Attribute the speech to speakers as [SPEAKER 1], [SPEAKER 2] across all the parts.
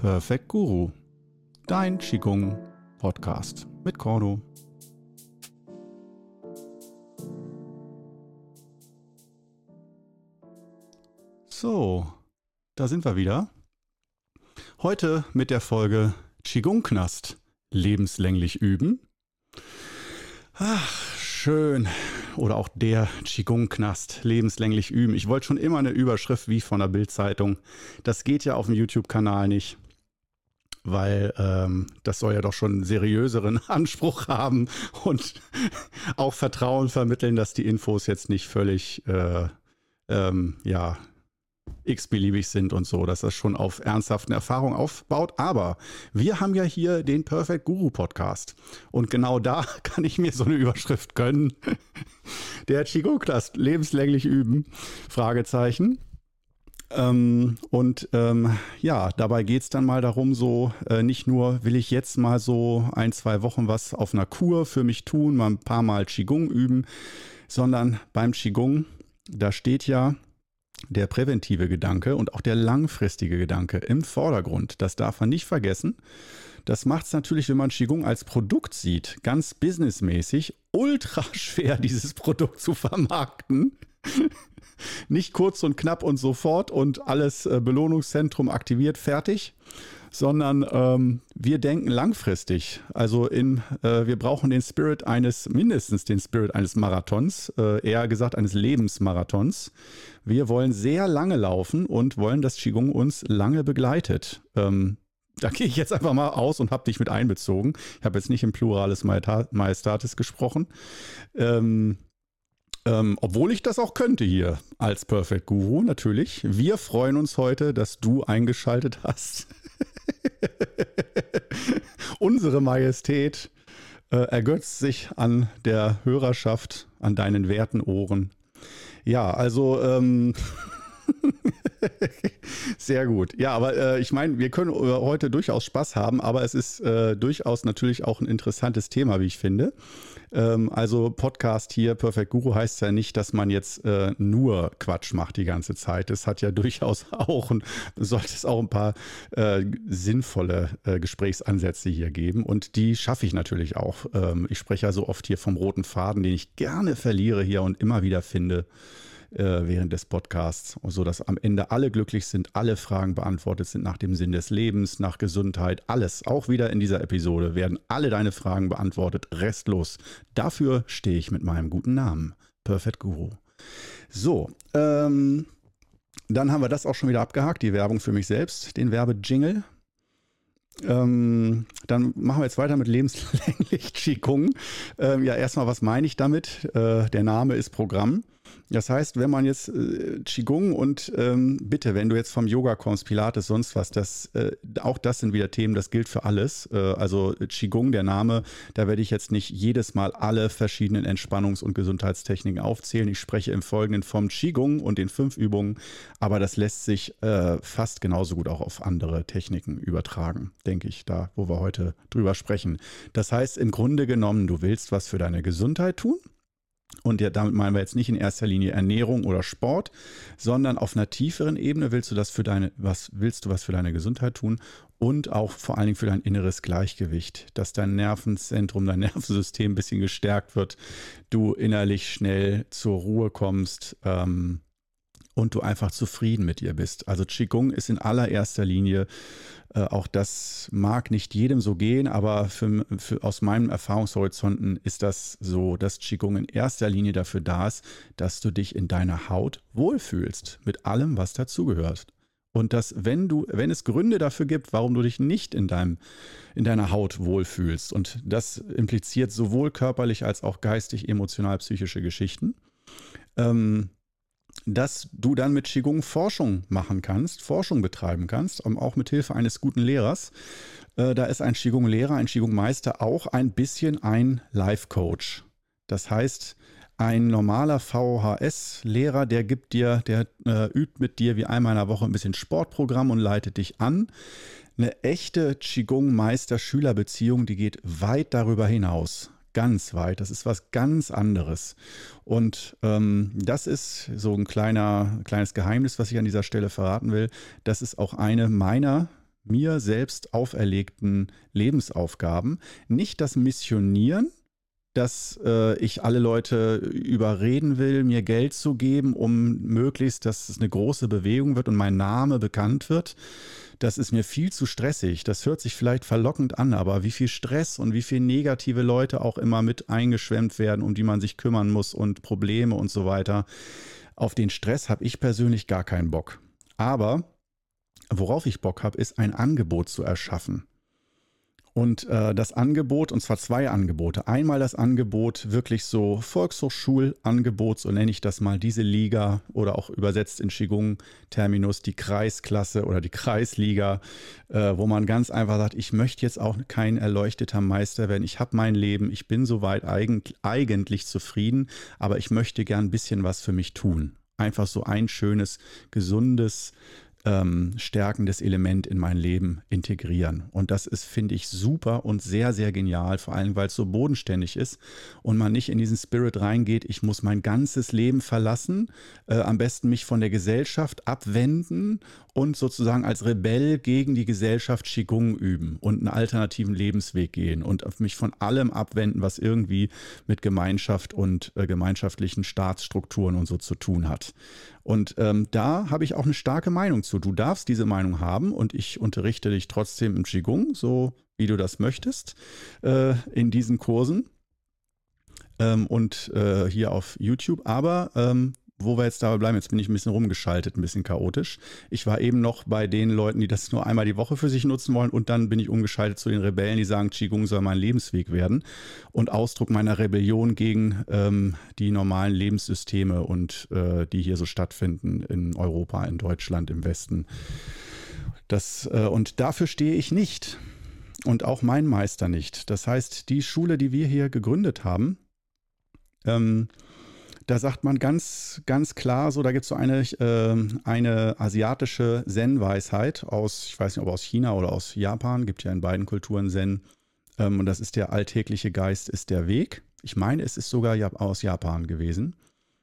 [SPEAKER 1] Perfect Guru, dein Qigong-Podcast mit Cordo. So, da sind wir wieder. Heute mit der Folge Qigong-Knast, lebenslänglich üben. Ach, schön. Oder auch der Qigong-Knast, lebenslänglich üben. Ich wollte schon immer eine Überschrift wie von der Bild-Zeitung. Das geht ja auf dem YouTube-Kanal nicht, weil das soll ja doch schon einen seriöseren Anspruch haben und auch Vertrauen vermitteln, dass die Infos jetzt nicht völlig x-beliebig sind und so, dass das schon auf ernsthaften Erfahrungen aufbaut. Aber wir haben ja hier den Perfect Guru Podcast und genau da kann ich mir so eine Überschrift gönnen. Der Qigong-Knast, lebenslänglich üben, Fragezeichen. Dabei geht es dann mal darum, so nicht nur will ich jetzt mal so 1-2 Wochen was auf einer Kur für mich tun, mal ein paar Mal Qigong üben, sondern beim Qigong, da steht ja der präventive Gedanke und auch der langfristige Gedanke im Vordergrund. Das darf man nicht vergessen. Das macht es natürlich, wenn man Qigong als Produkt sieht, ganz businessmäßig, ultra schwer, dieses Produkt zu vermarkten. Nicht kurz und knapp und sofort und alles Belohnungszentrum aktiviert, fertig, sondern wir denken langfristig. Also wir brauchen mindestens den Spirit eines Marathons, eher gesagt eines Lebensmarathons. Wir wollen sehr lange laufen und wollen, dass Qigong uns lange begleitet. Da gehe ich jetzt einfach mal aus und habe dich mit einbezogen. Ich habe jetzt nicht im Pluralis Majestatis gesprochen. Obwohl ich das auch könnte hier als Perfect Guru, natürlich. Wir freuen uns heute, dass du eingeschaltet hast. Unsere Majestät ergötzt sich an der Hörerschaft, an deinen werten Ohren. Ja, also sehr gut. Ja, aber ich meine, wir können heute durchaus Spaß haben, aber es ist durchaus natürlich auch ein interessantes Thema, wie ich finde. Also Podcast hier, Perfect Guru, heißt ja nicht, dass man jetzt nur Quatsch macht die ganze Zeit. Es hat ja durchaus auch und sollte es auch ein paar sinnvolle Gesprächsansätze hier geben. Und die schaffe ich natürlich auch. Ich spreche ja so oft hier vom roten Faden, den ich gerne verliere hier und immer wieder finde während des Podcasts, sodass am Ende alle glücklich sind, alle Fragen beantwortet sind nach dem Sinn des Lebens, nach Gesundheit, alles. Auch wieder in dieser Episode werden alle deine Fragen beantwortet, restlos. Dafür stehe ich mit meinem guten Namen, Perfect Guru. So, dann haben wir das auch schon wieder abgehakt, die Werbung für mich selbst, den Werbejingle. Dann machen wir jetzt weiter mit lebenslänglich Qigong. Erstmal, was meine ich damit? Der Name ist Programm. Das heißt, wenn man jetzt Qigong und bitte, wenn du jetzt vom Yoga kommst, Pilates, sonst was, auch das sind wieder Themen, das gilt für alles. Also Qigong, der Name, da werde ich jetzt nicht jedes Mal alle verschiedenen Entspannungs- und Gesundheitstechniken aufzählen. Ich spreche im Folgenden vom Qigong und den 5 Übungen, aber das lässt sich fast genauso gut auch auf andere Techniken übertragen, denke ich, da wo wir heute drüber sprechen. Das heißt, im Grunde genommen, du willst was für deine Gesundheit tun. Und ja, damit meinen wir jetzt nicht in erster Linie Ernährung oder Sport, sondern auf einer tieferen Ebene willst du was für deine Gesundheit tun und auch vor allen Dingen für dein inneres Gleichgewicht, dass dein Nervenzentrum, dein Nervensystem ein bisschen gestärkt wird, du innerlich schnell zur Ruhe kommst und du einfach zufrieden mit dir bist. Also Qigong ist in allererster Linie, auch das mag nicht jedem so gehen, aber aus meinen Erfahrungshorizonten ist das so, dass Qigong in erster Linie dafür da ist, dass du dich in deiner Haut wohlfühlst, mit allem, was dazugehört. Und dass, wenn es Gründe dafür gibt, warum du dich nicht in deiner Haut wohlfühlst, und das impliziert sowohl körperlich als auch geistig, emotional, psychische Geschichten, dass du dann mit Qigong Forschung machen kannst, Forschung betreiben kannst, auch mit Hilfe eines guten Lehrers. Da ist ein Qigong-Lehrer, ein Qigong-Meister auch ein bisschen ein Life-Coach. Das heißt, ein normaler VHS-Lehrer, der übt mit dir wie einmal in der Woche ein bisschen Sportprogramm und leitet dich an. Eine echte Qigong-Meister-Schüler-Beziehung, die geht weit darüber hinaus. Ganz weit. Das ist was ganz anderes. Und das ist so ein kleines Geheimnis, was ich an dieser Stelle verraten will. Das ist auch eine meiner mir selbst auferlegten Lebensaufgaben. Nicht das Missionieren, dass ich alle Leute überreden will, mir Geld zu geben, um möglichst, dass es eine große Bewegung wird und mein Name bekannt wird. Das ist mir viel zu stressig. Das hört sich vielleicht verlockend an, aber wie viel Stress und wie viel negative Leute auch immer mit eingeschwemmt werden, um die man sich kümmern muss und Probleme und so weiter. Auf den Stress habe ich persönlich gar keinen Bock. Aber worauf ich Bock habe, ist ein Angebot zu erschaffen. Und das Angebot, und zwar 2 Angebote. Einmal das Angebot, wirklich so Volkshochschulangebot, so nenne ich das mal, diese Liga oder auch übersetzt in Qigong-Terminus die Kreisklasse oder die Kreisliga, wo man ganz einfach sagt, ich möchte jetzt auch kein erleuchteter Meister werden. Ich habe mein Leben, ich bin soweit eigentlich zufrieden, aber ich möchte gern ein bisschen was für mich tun. Einfach so ein schönes, gesundes, stärkendes Element in mein Leben integrieren. Und das ist, finde ich, super und sehr, sehr genial, vor allem, weil es so bodenständig ist und man nicht in diesen Spirit reingeht, ich muss mein ganzes Leben verlassen, am besten mich von der Gesellschaft abwenden und sozusagen als Rebell gegen die Gesellschaft Qigong üben und einen alternativen Lebensweg gehen und mich von allem abwenden, was irgendwie mit Gemeinschaft und gemeinschaftlichen Staatsstrukturen und so zu tun hat. Und da habe ich auch eine starke Meinung zu. Du darfst diese Meinung haben und ich unterrichte dich trotzdem im Qigong, so wie du das möchtest, in diesen Kursen und hier auf YouTube. Aber wo wir jetzt dabei bleiben, jetzt bin ich ein bisschen rumgeschaltet, ein bisschen chaotisch. Ich war eben noch bei den Leuten, die das nur einmal die Woche für sich nutzen wollen und dann bin ich umgeschaltet zu den Rebellen, die sagen, Qigong soll mein Lebensweg werden und Ausdruck meiner Rebellion gegen die normalen Lebenssysteme und die hier so stattfinden in Europa, in Deutschland, im Westen. Und dafür stehe ich nicht und auch mein Meister nicht. Das heißt, die Schule, die wir hier gegründet haben, da sagt man ganz, ganz klar so, da gibt es so eine asiatische Zen-Weisheit aus, ich weiß nicht, ob aus China oder aus Japan, gibt ja in beiden Kulturen Zen. Und das ist der alltägliche Geist ist der Weg. Ich meine, es ist sogar aus Japan gewesen.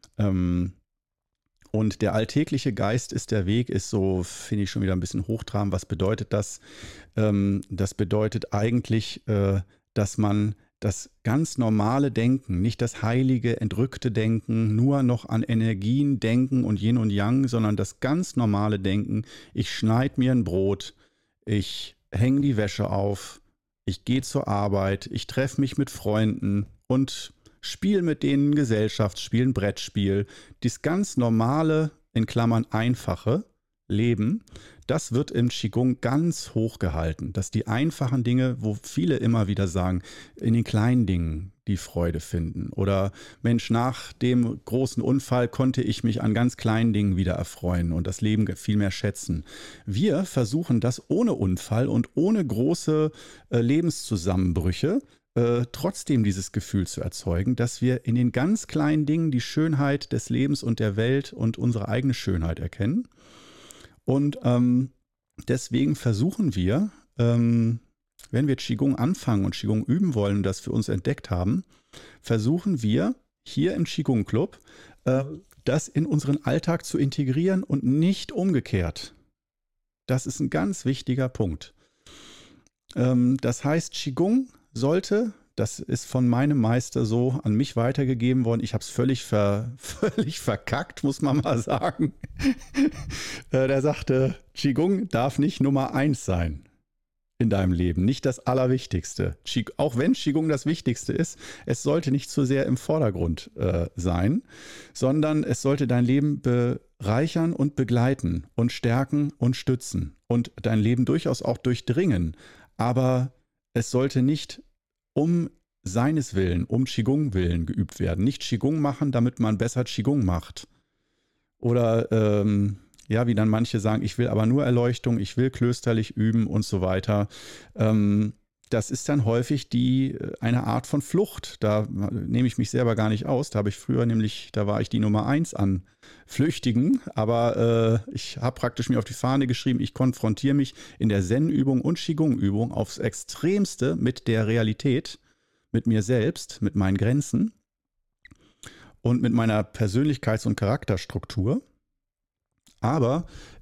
[SPEAKER 1] Und der alltägliche Geist ist der Weg, ist so, finde ich schon wieder ein bisschen hochtrabend. Was bedeutet das? Das bedeutet eigentlich, dass man das ganz normale Denken, nicht das heilige, entrückte Denken, nur noch an Energien denken und Yin und Yang, sondern das ganz normale Denken, ich schneide mir ein Brot, ich hänge die Wäsche auf, ich gehe zur Arbeit, ich treffe mich mit Freunden und spiele mit denen Gesellschaftsspiel, ein Brettspiel. Das ganz normale, in Klammern einfache Leben, das wird im Qigong ganz hoch gehalten, dass die einfachen Dinge, wo viele immer wieder sagen, in den kleinen Dingen die Freude finden. Oder Mensch, nach dem großen Unfall konnte ich mich an ganz kleinen Dingen wieder erfreuen und das Leben viel mehr schätzen. Wir versuchen das ohne Unfall und ohne große Lebenszusammenbrüche trotzdem dieses Gefühl zu erzeugen, dass wir in den ganz kleinen Dingen die Schönheit des Lebens und der Welt und unsere eigene Schönheit erkennen. Und deswegen versuchen wir, wenn wir Qigong anfangen und Qigong üben wollen und das für uns entdeckt haben, versuchen wir hier im Qigong Club das in unseren Alltag zu integrieren und nicht umgekehrt. Das ist ein ganz wichtiger Punkt. Das heißt, Qigong sollte, das ist von meinem Meister so an mich weitergegeben worden. Ich habe es völlig verkackt, muss man mal sagen. Der sagte, Qigong darf nicht Nummer 1 sein in deinem Leben, nicht das Allerwichtigste. Auch wenn Qigong das Wichtigste ist, es sollte nicht zu sehr im Vordergrund sein, sondern es sollte dein Leben bereichern und begleiten und stärken und stützen und dein Leben durchaus auch durchdringen. Aber es sollte nicht um seines Willen, um Qigong willen geübt werden. Nicht Qigong machen, damit man besser Qigong macht. Oder ja, wie dann manche sagen, ich will aber nur Erleuchtung, ich will klösterlich üben und so weiter. Das ist dann häufig eine Art von Flucht. Da nehme ich mich selber gar nicht aus. Da war ich die Nummer 1 an Flüchtigen. Aber ich habe praktisch mir auf die Fahne geschrieben, ich konfrontiere mich in der Zen-Übung und Qigong-Übung aufs Extremste mit der Realität, mit mir selbst, mit meinen Grenzen und mit meiner Persönlichkeits- und Charakterstruktur. Aber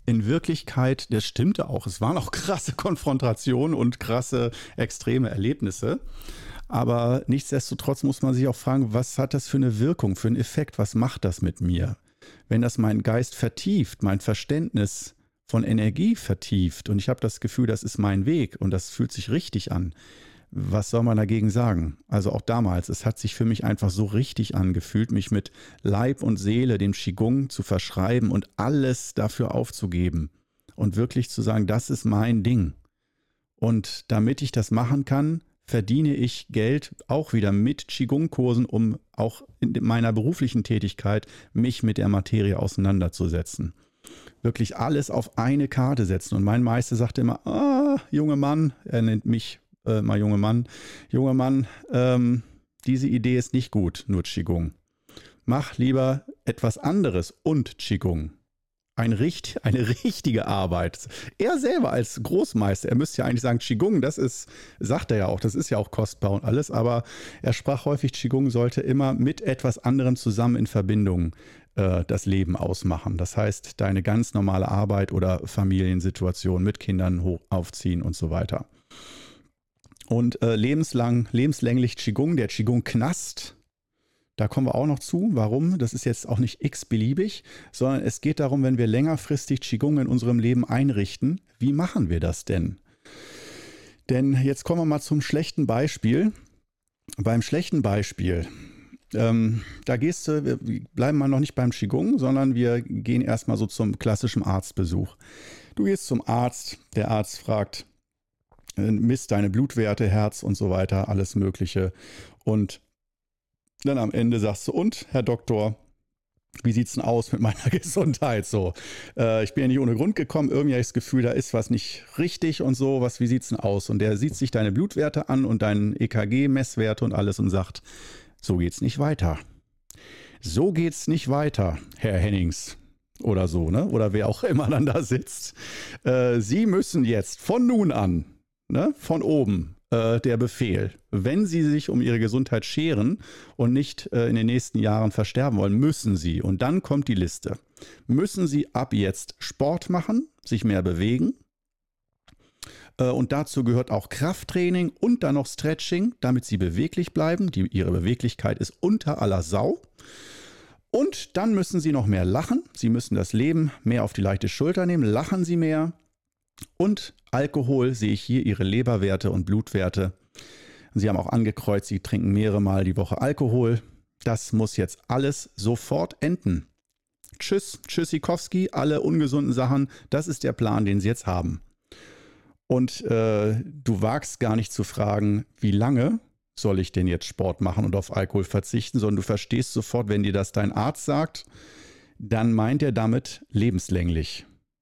[SPEAKER 1] in Wirklichkeit, das stimmte auch. Es waren auch krasse Konfrontationen und krasse extreme Erlebnisse. Aber nichtsdestotrotz muss man sich auch fragen, was hat das für eine Wirkung, für einen Effekt? Was macht das mit mir? Wenn das meinen Geist vertieft, mein Verständnis von Energie vertieft und ich habe das Gefühl, das ist mein Weg und das fühlt sich richtig an, was soll man dagegen sagen? Also auch damals, es hat sich für mich einfach so richtig angefühlt, mich mit Leib und Seele dem Qigong zu verschreiben und alles dafür aufzugeben und wirklich zu sagen, das ist mein Ding. Und damit ich das machen kann, verdiene ich Geld auch wieder mit Qigong-Kursen, um auch in meiner beruflichen Tätigkeit mich mit der Materie auseinanderzusetzen. Wirklich alles auf eine Karte setzen. Und mein Meister sagte immer, junger Mann, er nennt mich mal junger Mann, diese Idee ist nicht gut, nur Qigong. Mach lieber etwas anderes und Qigong. Eine richtige Arbeit. Er selber als Großmeister, er müsste ja eigentlich sagen, Qigong, das ist, sagt er ja auch, das ist ja auch kostbar und alles, aber er sprach häufig, Qigong sollte immer mit etwas anderem zusammen in Verbindung das Leben ausmachen. Das heißt, deine ganz normale Arbeit oder Familiensituation mit Kindern aufziehen und so weiter. Und lebenslänglich Qigong, der Qigong-Knast, da kommen wir auch noch zu. Warum? Das ist jetzt auch nicht x-beliebig, sondern es geht darum, wenn wir längerfristig Qigong in unserem Leben einrichten, wie machen wir das denn? Denn jetzt kommen wir mal zum schlechten Beispiel. Beim schlechten Beispiel, wir bleiben mal noch nicht beim Qigong, sondern wir gehen erstmal so zum klassischen Arztbesuch. Du gehst zum Arzt, der Arzt fragt, misst deine Blutwerte, Herz und so weiter, alles Mögliche. Und dann am Ende sagst du, und, Herr Doktor, wie sieht's denn aus mit meiner Gesundheit? So, ich bin ja nicht ohne Grund gekommen, irgendwie habe ich das Gefühl, da ist was nicht richtig und so, wie sieht's denn aus? Und der sieht sich deine Blutwerte an und deinen EKG-Messwerte und alles und sagt, so geht's nicht weiter. So geht's nicht weiter, Herr Hennings. Oder so, ne? Oder wer auch immer dann da sitzt. Sie müssen jetzt von nun an, ne, von oben, der Befehl, wenn Sie sich um Ihre Gesundheit scheren und nicht in den nächsten Jahren versterben wollen, müssen Sie, und dann kommt die Liste, müssen Sie ab jetzt Sport machen, sich mehr bewegen, und dazu gehört auch Krafttraining und dann noch Stretching, damit Sie beweglich bleiben. Ihre Beweglichkeit ist unter aller Sau. Und dann müssen Sie noch mehr lachen. Sie müssen das Leben mehr auf die leichte Schulter nehmen. Lachen Sie mehr. Und Alkohol, sehe ich hier Ihre Leberwerte und Blutwerte. Sie haben auch angekreuzt, Sie trinken mehrere Mal die Woche Alkohol. Das muss jetzt alles sofort enden. Tschüss, Tschüssikowski, alle ungesunden Sachen. Das ist der Plan, den Sie jetzt haben. Und du wagst gar nicht zu fragen, wie lange soll ich denn jetzt Sport machen und auf Alkohol verzichten, sondern du verstehst sofort, wenn dir das dein Arzt sagt, dann meint er damit lebenslänglich.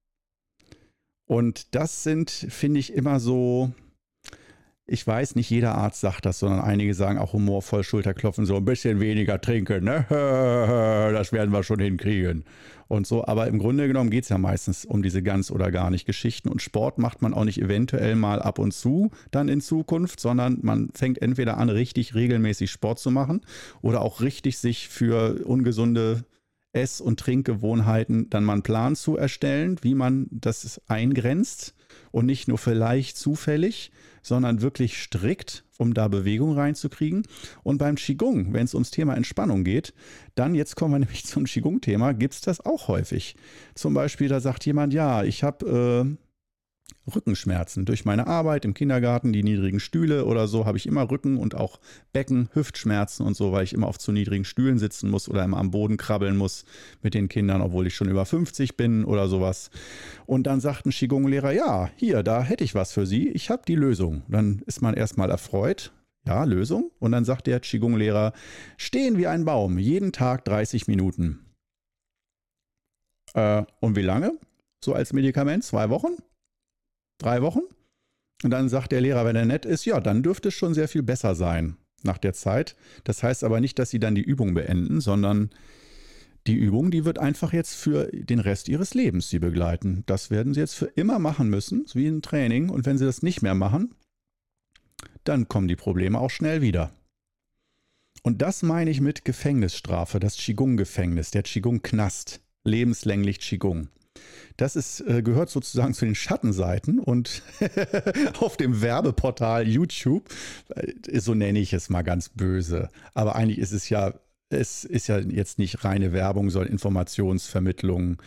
[SPEAKER 1] Und das sind, finde ich, immer so, ich weiß, nicht jeder Arzt sagt das, sondern einige sagen auch humorvoll Schulterklopfen, so ein bisschen weniger trinken, ne? Das werden wir schon hinkriegen. Und so, aber im Grunde genommen geht es ja meistens um diese ganz oder gar nicht Geschichten. Und Sport macht man auch nicht eventuell mal ab und zu dann in Zukunft, sondern man fängt entweder an, richtig regelmäßig Sport zu machen oder auch richtig sich für ungesunde Ess- und Trinkgewohnheiten dann mal einen Plan zu erstellen, wie man das eingrenzt und nicht nur vielleicht zufällig, sondern wirklich strikt, um da Bewegung reinzukriegen. Und beim Qigong, wenn es ums Thema Entspannung geht, dann, jetzt kommen wir nämlich zum Qigong-Thema, gibt es das auch häufig. Zum Beispiel, da sagt jemand, ja, ich habe Rückenschmerzen durch meine Arbeit im Kindergarten, die niedrigen Stühle oder so, habe ich immer Rücken und auch Becken, Hüftschmerzen und so, weil ich immer auf zu niedrigen Stühlen sitzen muss oder immer am Boden krabbeln muss mit den Kindern, obwohl ich schon über 50 bin oder sowas. Und dann sagt ein Qigong-Lehrer, ja, hier, da hätte ich was für Sie, ich habe die Lösung. Dann ist man erstmal erfreut, ja, Lösung. Und dann sagt der Qigong-Lehrer, stehen wie ein Baum, jeden Tag 30 Minuten. Und wie lange? So als Medikament? 2 Wochen? 3 Wochen? Und dann sagt der Lehrer, wenn er nett ist, ja, dann dürfte es schon sehr viel besser sein nach der Zeit. Das heißt aber nicht, dass Sie dann die Übung beenden, sondern die Übung, die wird einfach jetzt für den Rest Ihres Lebens Sie begleiten. Das werden Sie jetzt für immer machen müssen, wie ein Training. Und wenn Sie das nicht mehr machen, dann kommen die Probleme auch schnell wieder. Und das meine ich mit Gefängnisstrafe, das Qigong-Gefängnis, der Qigong-Knast, lebenslänglich Qigong. Das gehört sozusagen zu den Schattenseiten und auf dem Werbeportal YouTube, so nenne ich es mal ganz böse, aber eigentlich es ist ja jetzt nicht reine Werbung, sondern Informationsvermittlung,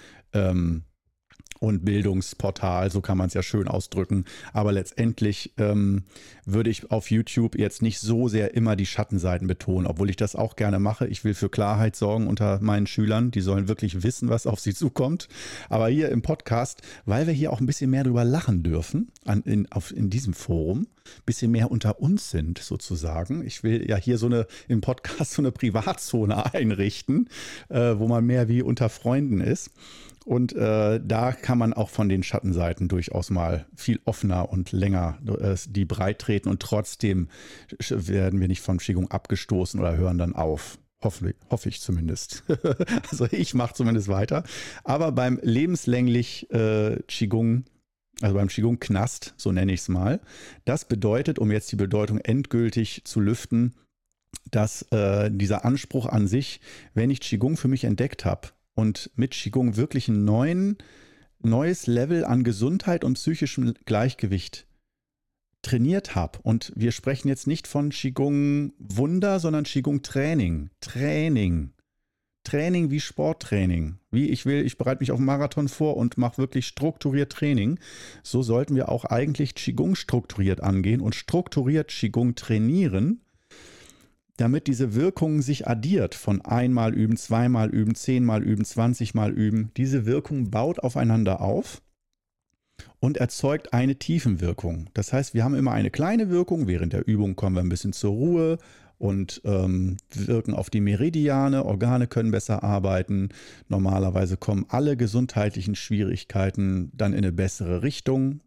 [SPEAKER 1] und Bildungsportal, so kann man es ja schön ausdrücken. Aber letztendlich würde ich auf YouTube jetzt nicht so sehr immer die Schattenseiten betonen, obwohl ich das auch gerne mache. Ich will für Klarheit sorgen unter meinen Schülern. Die sollen wirklich wissen, was auf sie zukommt. Aber hier im Podcast, weil wir hier auch ein bisschen mehr drüber lachen dürfen, in diesem Forum, ein bisschen mehr unter uns sind sozusagen. Ich will ja hier im Podcast so eine Privatzone einrichten, wo man mehr wie unter Freunden ist. Und da kann man auch von den Schattenseiten durchaus mal viel offener und länger die breit treten und trotzdem werden wir nicht von Qigong abgestoßen oder hören dann auf. Hoffe ich zumindest. Also ich mache zumindest weiter. Aber beim lebenslänglich Qigong, also beim Qigong-Knast, so nenne ich es mal, das bedeutet, um jetzt die Bedeutung endgültig zu lüften, dass dieser Anspruch an sich, wenn ich Qigong für mich entdeckt habe, und mit Qigong wirklich ein neues Level an Gesundheit und psychischem Gleichgewicht trainiert habe. Und wir sprechen jetzt nicht von Qigong Wunder, sondern Qigong Training. Training wie Sporttraining. Ich bereite mich auf einen Marathon vor und mache wirklich strukturiert Training. So sollten wir auch eigentlich Qigong strukturiert angehen und strukturiert Qigong trainieren, damit diese Wirkung sich addiert von einmal üben, zweimal üben, 10-mal üben, 20-mal üben. Diese Wirkung baut aufeinander auf und erzeugt eine Tiefenwirkung. Das heißt, wir haben immer eine kleine Wirkung. Während der Übung kommen wir ein bisschen zur Ruhe und wirken auf die Meridiane. Organe können besser arbeiten. Normalerweise kommen alle gesundheitlichen Schwierigkeiten dann in eine bessere Richtung.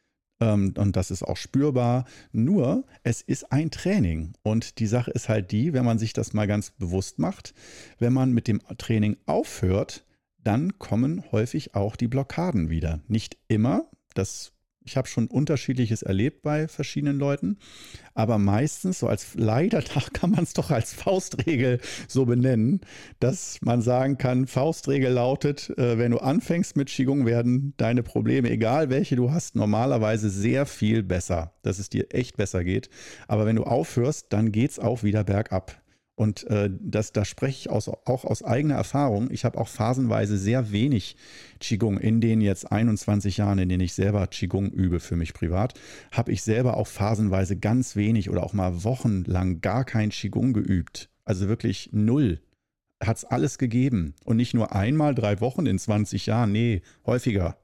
[SPEAKER 1] Und das ist auch spürbar. Nur, es ist ein Training. Und die Sache ist halt die, wenn man sich das mal ganz bewusst macht, wenn man mit dem Training aufhört, dann kommen häufig auch die Blockaden wieder. Nicht immer, ich habe schon Unterschiedliches erlebt bei verschiedenen Leuten, aber meistens, so als Leitertag kann man es doch als Faustregel so benennen, dass man sagen kann, Faustregel lautet, wenn du anfängst mit Qigong, werden deine Probleme, egal welche du hast, normalerweise sehr viel besser, dass es dir echt besser geht. Aber wenn du aufhörst, dann geht es auch wieder bergab. Und da spreche ich auch aus eigener Erfahrung. Ich habe auch phasenweise sehr wenig Qigong in den jetzt 21 Jahren, in denen ich selber Qigong übe für mich privat, habe ich selber auch phasenweise ganz wenig oder auch mal wochenlang gar kein Qigong geübt. Also wirklich null. Hat es alles gegeben. Und nicht nur einmal 3 Wochen in 20 Jahren, nee, häufiger.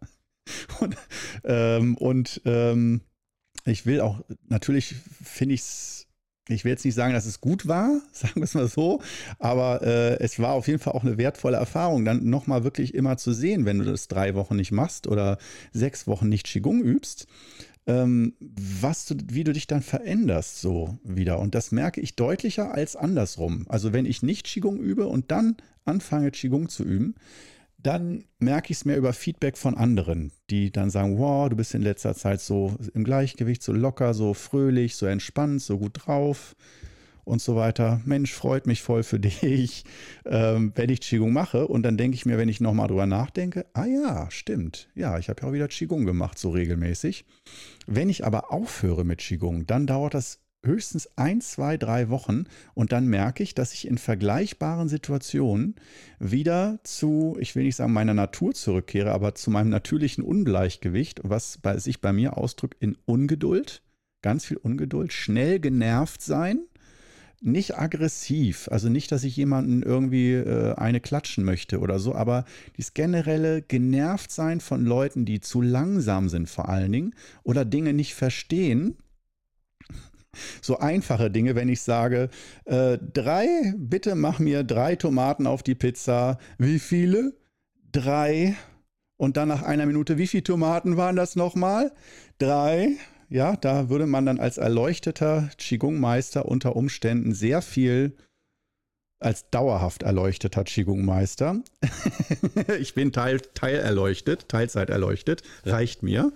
[SPEAKER 1] Und ich will auch, natürlich finde ich es, ich will jetzt nicht sagen, dass es gut war, sagen wir es mal so, aber es war auf jeden Fall auch eine wertvolle Erfahrung, dann nochmal wirklich immer zu sehen, wenn du das 3 Wochen nicht machst oder 6 Wochen nicht Qigong übst, wie du dich dann veränderst so wieder. Und das merke ich deutlicher als andersrum. Also wenn ich nicht Qigong übe und dann anfange Qigong zu üben, dann merke ich es mehr über Feedback von anderen, die dann sagen, wow, du bist in letzter Zeit so im Gleichgewicht, so locker, so fröhlich, so entspannt, so gut drauf und so weiter. Mensch, freut mich voll für dich, wenn ich Qigong mache. Und dann denke ich mir, wenn ich nochmal drüber nachdenke, ah ja, stimmt, ja, ich habe ja auch wieder Qigong gemacht, so regelmäßig. Wenn ich aber aufhöre mit Qigong, dann dauert das höchstens 1, 2, 3 Wochen und dann merke ich, dass ich in vergleichbaren Situationen wieder ich will nicht sagen meiner Natur zurückkehre, aber zu meinem natürlichen Ungleichgewicht, was sich bei mir ausdrückt in Ungeduld, ganz viel Ungeduld, schnell genervt sein, nicht aggressiv, also nicht, dass ich jemanden irgendwie eine klatschen möchte oder so, aber dieses generelle Genervtsein von Leuten, die zu langsam sind vor allen Dingen oder Dinge nicht verstehen. So einfache Dinge, wenn ich sage, bitte mach mir 3 Tomaten auf die Pizza. Wie viele? 3. Und dann nach einer Minute, wie viele Tomaten waren das nochmal? 3. Ja, da würde man dann als erleuchteter Qigong-Meister unter Umständen sehr viel, als dauerhaft erleuchteter Qigong-Meister. Ich bin Teilzeit erleuchtet, reicht mir.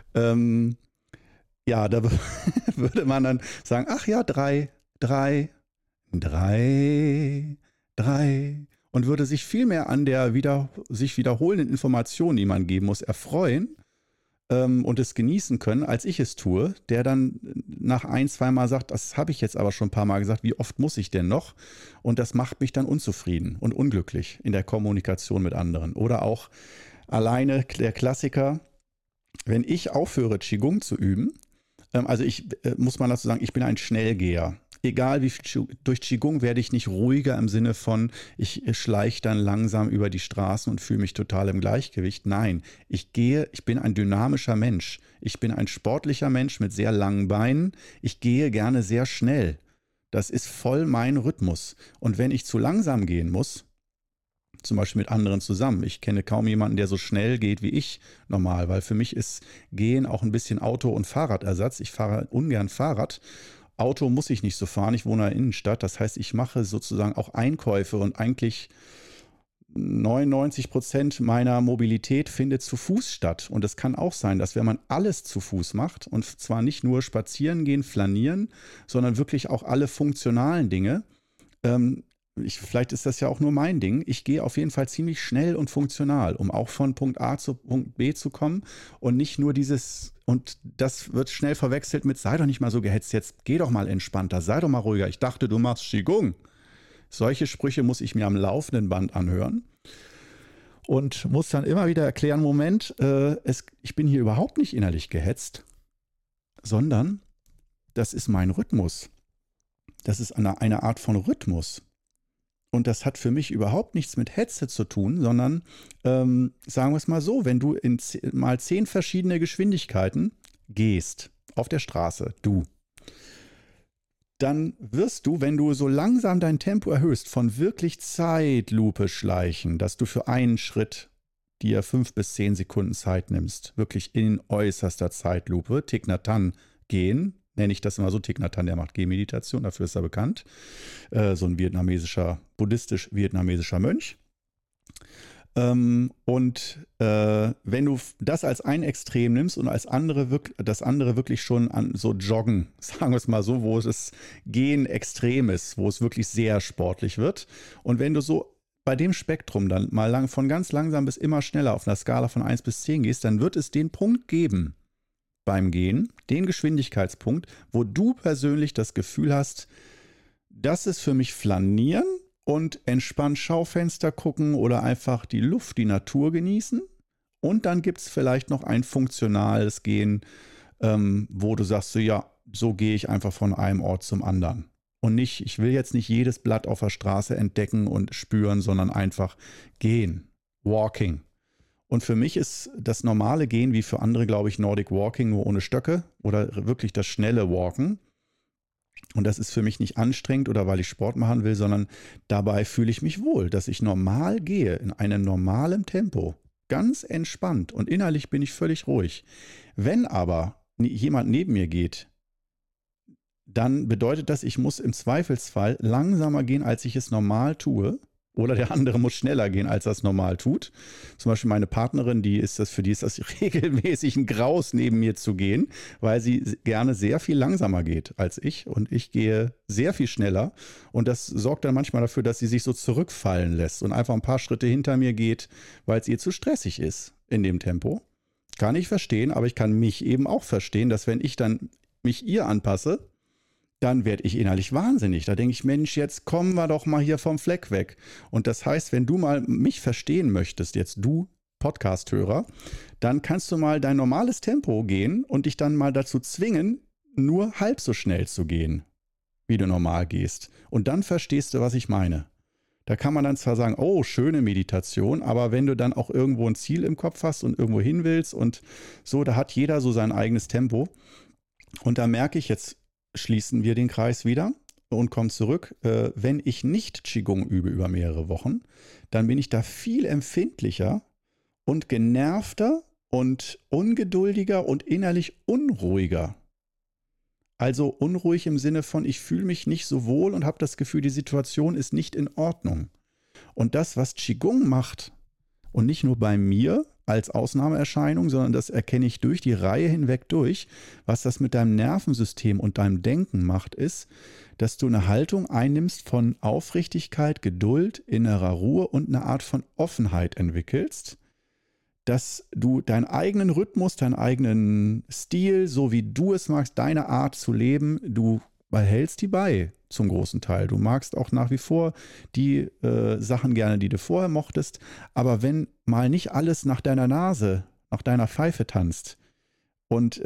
[SPEAKER 1] Ja, da würde man dann sagen, ach ja, 3. und würde sich viel mehr an der sich wiederholenden Information, die man geben muss, erfreuen und es genießen können, als ich es tue, der dann nach 1-2 Mal sagt, das habe ich jetzt aber schon ein paar Mal gesagt, wie oft muss ich denn noch? Und das macht mich dann unzufrieden und unglücklich in der Kommunikation mit anderen. Oder auch alleine der Klassiker, wenn ich aufhöre, Qigong zu üben, also muss man dazu sagen, ich bin ein Schnellgeher. Egal wie viel, durch Qigong werde ich nicht ruhiger im Sinne von, ich schleiche dann langsam über die Straßen und fühle mich total im Gleichgewicht. Nein, ich bin ein dynamischer Mensch. Ich bin ein sportlicher Mensch mit sehr langen Beinen. Ich gehe gerne sehr schnell. Das ist voll mein Rhythmus. Und wenn ich zu langsam gehen muss, zum Beispiel mit anderen zusammen. Ich kenne kaum jemanden, der so schnell geht wie ich normal, weil für mich ist Gehen auch ein bisschen Auto- und Fahrradersatz. Ich fahre ungern Fahrrad. Auto muss ich nicht so fahren, ich wohne in der Innenstadt. Das heißt, ich mache sozusagen auch Einkäufe und eigentlich 99% meiner Mobilität findet zu Fuß statt. Und es kann auch sein, dass wenn man alles zu Fuß macht und zwar nicht nur spazieren gehen, flanieren, sondern wirklich auch alle funktionalen Dinge, vielleicht ist das ja auch nur mein Ding. Ich gehe auf jeden Fall ziemlich schnell und funktional, um auch von Punkt A zu Punkt B zu kommen und nicht nur und das wird schnell verwechselt mit, sei doch nicht mal so gehetzt, jetzt geh doch mal entspannter, sei doch mal ruhiger. Ich dachte, du machst Qigong. Solche Sprüche muss ich mir am laufenden Band anhören und muss dann immer wieder erklären, Moment, ich bin hier überhaupt nicht innerlich gehetzt, sondern das ist mein Rhythmus. Das ist eine Art von Rhythmus. Und das hat für mich überhaupt nichts mit Hetze zu tun, sondern sagen wir es mal so, wenn du mal 10 verschiedene Geschwindigkeiten gehst auf der Straße, dann wirst du, wenn du so langsam dein Tempo erhöhst, von wirklich Zeitlupe schleichen, dass du für einen Schritt dir 5 bis 10 Sekunden Zeit nimmst, wirklich in äußerster Zeitlupe, Thich Nhat Hanh gehen, nenne ich das immer so, Thich Nhat Hanh, der macht Gehmeditation, dafür ist er bekannt. So ein buddhistisch-vietnamesischer Mönch. Wenn du das als ein Extrem nimmst und das andere wirklich schon an so Joggen, sagen wir es mal so, wo es Gehen extrem ist, wo es wirklich sehr sportlich wird. Und wenn du so bei dem Spektrum dann mal von ganz langsam bis immer schneller auf einer Skala von 1 bis 10 gehst, dann wird es den Punkt geben, beim Gehen, den Geschwindigkeitspunkt, wo du persönlich das Gefühl hast, das ist für mich Flanieren und entspannt Schaufenster gucken oder einfach die Luft, die Natur genießen. Und dann gibt es vielleicht noch ein funktionales Gehen, wo du sagst, so gehe ich einfach von einem Ort zum anderen. Und ich will jetzt nicht jedes Blatt auf der Straße entdecken und spüren, sondern einfach gehen, walking. Und für mich ist das normale Gehen, wie für andere, glaube ich, Nordic Walking, nur ohne Stöcke oder wirklich das schnelle Walken. Und das ist für mich nicht anstrengend oder weil ich Sport machen will, sondern dabei fühle ich mich wohl, dass ich normal gehe, in einem normalen Tempo, ganz entspannt und innerlich bin ich völlig ruhig. Wenn aber jemand neben mir geht, dann bedeutet das, ich muss im Zweifelsfall langsamer gehen, als ich es normal tue. Oder der andere muss schneller gehen, als er es normal tut. Zum Beispiel meine Partnerin, für die ist das regelmäßig ein Graus, neben mir zu gehen, weil sie gerne sehr viel langsamer geht als ich. Und ich gehe sehr viel schneller. Und das sorgt dann manchmal dafür, dass sie sich so zurückfallen lässt und einfach ein paar Schritte hinter mir geht, weil es ihr zu stressig ist in dem Tempo. Kann ich verstehen, aber ich kann mich eben auch verstehen, dass wenn ich dann mich ihr anpasse, dann werde ich innerlich wahnsinnig. Da denke ich, Mensch, jetzt kommen wir doch mal hier vom Fleck weg. Und das heißt, wenn du mal mich verstehen möchtest, jetzt du Podcast-Hörer, dann kannst du mal dein normales Tempo gehen und dich dann mal dazu zwingen, nur halb so schnell zu gehen, wie du normal gehst. Und dann verstehst du, was ich meine. Da kann man dann zwar sagen, oh, schöne Meditation, aber wenn du dann auch irgendwo ein Ziel im Kopf hast und irgendwo hin willst und so, da hat jeder so sein eigenes Tempo. Und da merke ich, jetzt schließen wir den Kreis wieder und kommen zurück. Wenn ich nicht Qigong übe über mehrere Wochen, dann bin ich da viel empfindlicher und genervter und ungeduldiger und innerlich unruhiger. Also unruhig im Sinne von, ich fühle mich nicht so wohl und habe das Gefühl, die Situation ist nicht in Ordnung. Und das, was Qigong macht, und nicht nur bei mir als Ausnahmeerscheinung, sondern das erkenne ich durch die Reihe hinweg durch. Was das mit deinem Nervensystem und deinem Denken macht, ist, dass du eine Haltung einnimmst von Aufrichtigkeit, Geduld, innerer Ruhe und eine Art von Offenheit entwickelst, dass du deinen eigenen Rhythmus, deinen eigenen Stil, so wie du es magst, deine Art zu leben, du behältst die bei zum großen Teil. Du magst auch nach wie vor die Sachen gerne, die du vorher mochtest, aber wenn mal nicht alles nach deiner Nase, nach deiner Pfeife tanzt und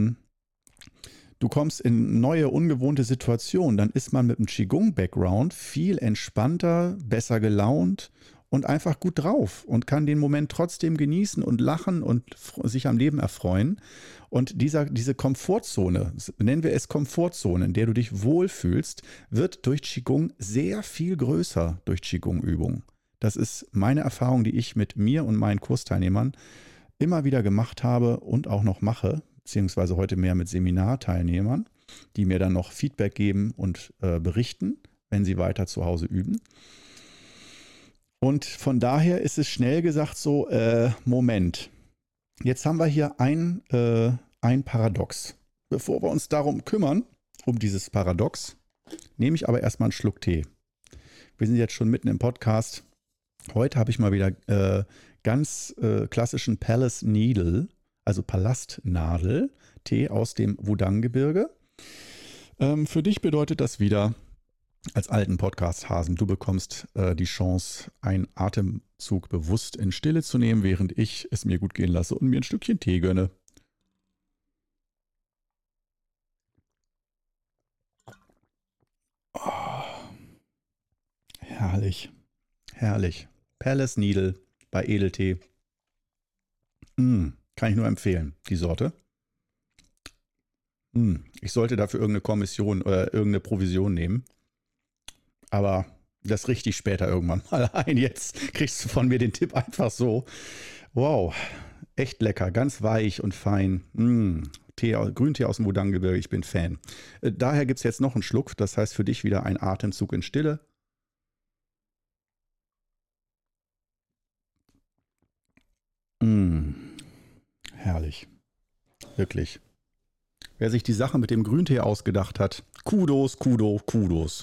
[SPEAKER 1] du kommst in neue, ungewohnte Situationen, dann ist man mit dem Qigong-Background viel entspannter, besser gelaunt und einfach gut drauf und kann den Moment trotzdem genießen und lachen und sich am Leben erfreuen. Und diese Komfortzone, nennen wir es Komfortzone, in der du dich wohlfühlst, wird durch Qigong sehr viel größer durch Qigong-Übungen. Das ist meine Erfahrung, die ich mit mir und meinen Kursteilnehmern immer wieder gemacht habe und auch noch mache, beziehungsweise heute mehr mit Seminarteilnehmern, die mir dann noch Feedback geben und berichten, wenn sie weiter zu Hause üben. Und von daher ist es schnell gesagt so, Moment, jetzt haben wir hier ein Paradox. Bevor wir uns darum kümmern, um dieses Paradox, nehme ich aber erstmal einen Schluck Tee. Wir sind jetzt schon mitten im Podcast. Heute habe ich mal wieder ganz klassischen Palace Needle, also Palastnadel, Tee aus dem Wudang-Gebirge. Für dich bedeutet das wieder, als alten Podcast-Hasen, du bekommst die Chance, einen Atemzug bewusst in Stille zu nehmen, während ich es mir gut gehen lasse und mir ein Stückchen Tee gönne. Oh, herrlich, herrlich. Palace Needle bei Edeltee. Kann ich nur empfehlen, die Sorte. Ich sollte dafür irgendeine Kommission oder irgendeine Provision nehmen. Aber das richte ich später irgendwann mal ein. Jetzt kriegst du von mir den Tipp einfach so. Wow, echt lecker, ganz weich und fein. Grüntee aus dem Wudang-Gebirge, ich bin Fan. Daher gibt es jetzt noch einen Schluck. Das heißt für dich wieder ein Atemzug in Stille. Herrlich. Wirklich. Wer sich die Sache mit dem Grüntee ausgedacht hat, Kudos, Kudos.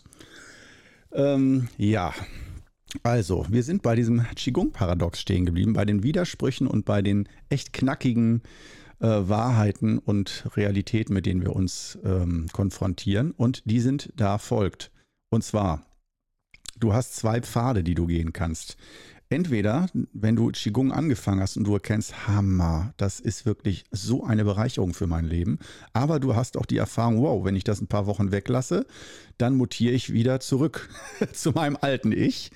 [SPEAKER 1] Ja, also wir sind bei diesem Qigong-Paradox stehen geblieben, bei den Widersprüchen und bei den echt knackigen Wahrheiten und Realitäten, mit denen wir uns konfrontieren. Und die sind da folgt. Und zwar, du hast 2 Pfade, die du gehen kannst. Entweder, wenn du Qigong angefangen hast und du erkennst, Hammer, das ist wirklich so eine Bereicherung für mein Leben, aber du hast auch die Erfahrung, wow, wenn ich das ein paar Wochen weglasse, dann mutiere ich wieder zurück zu meinem alten Ich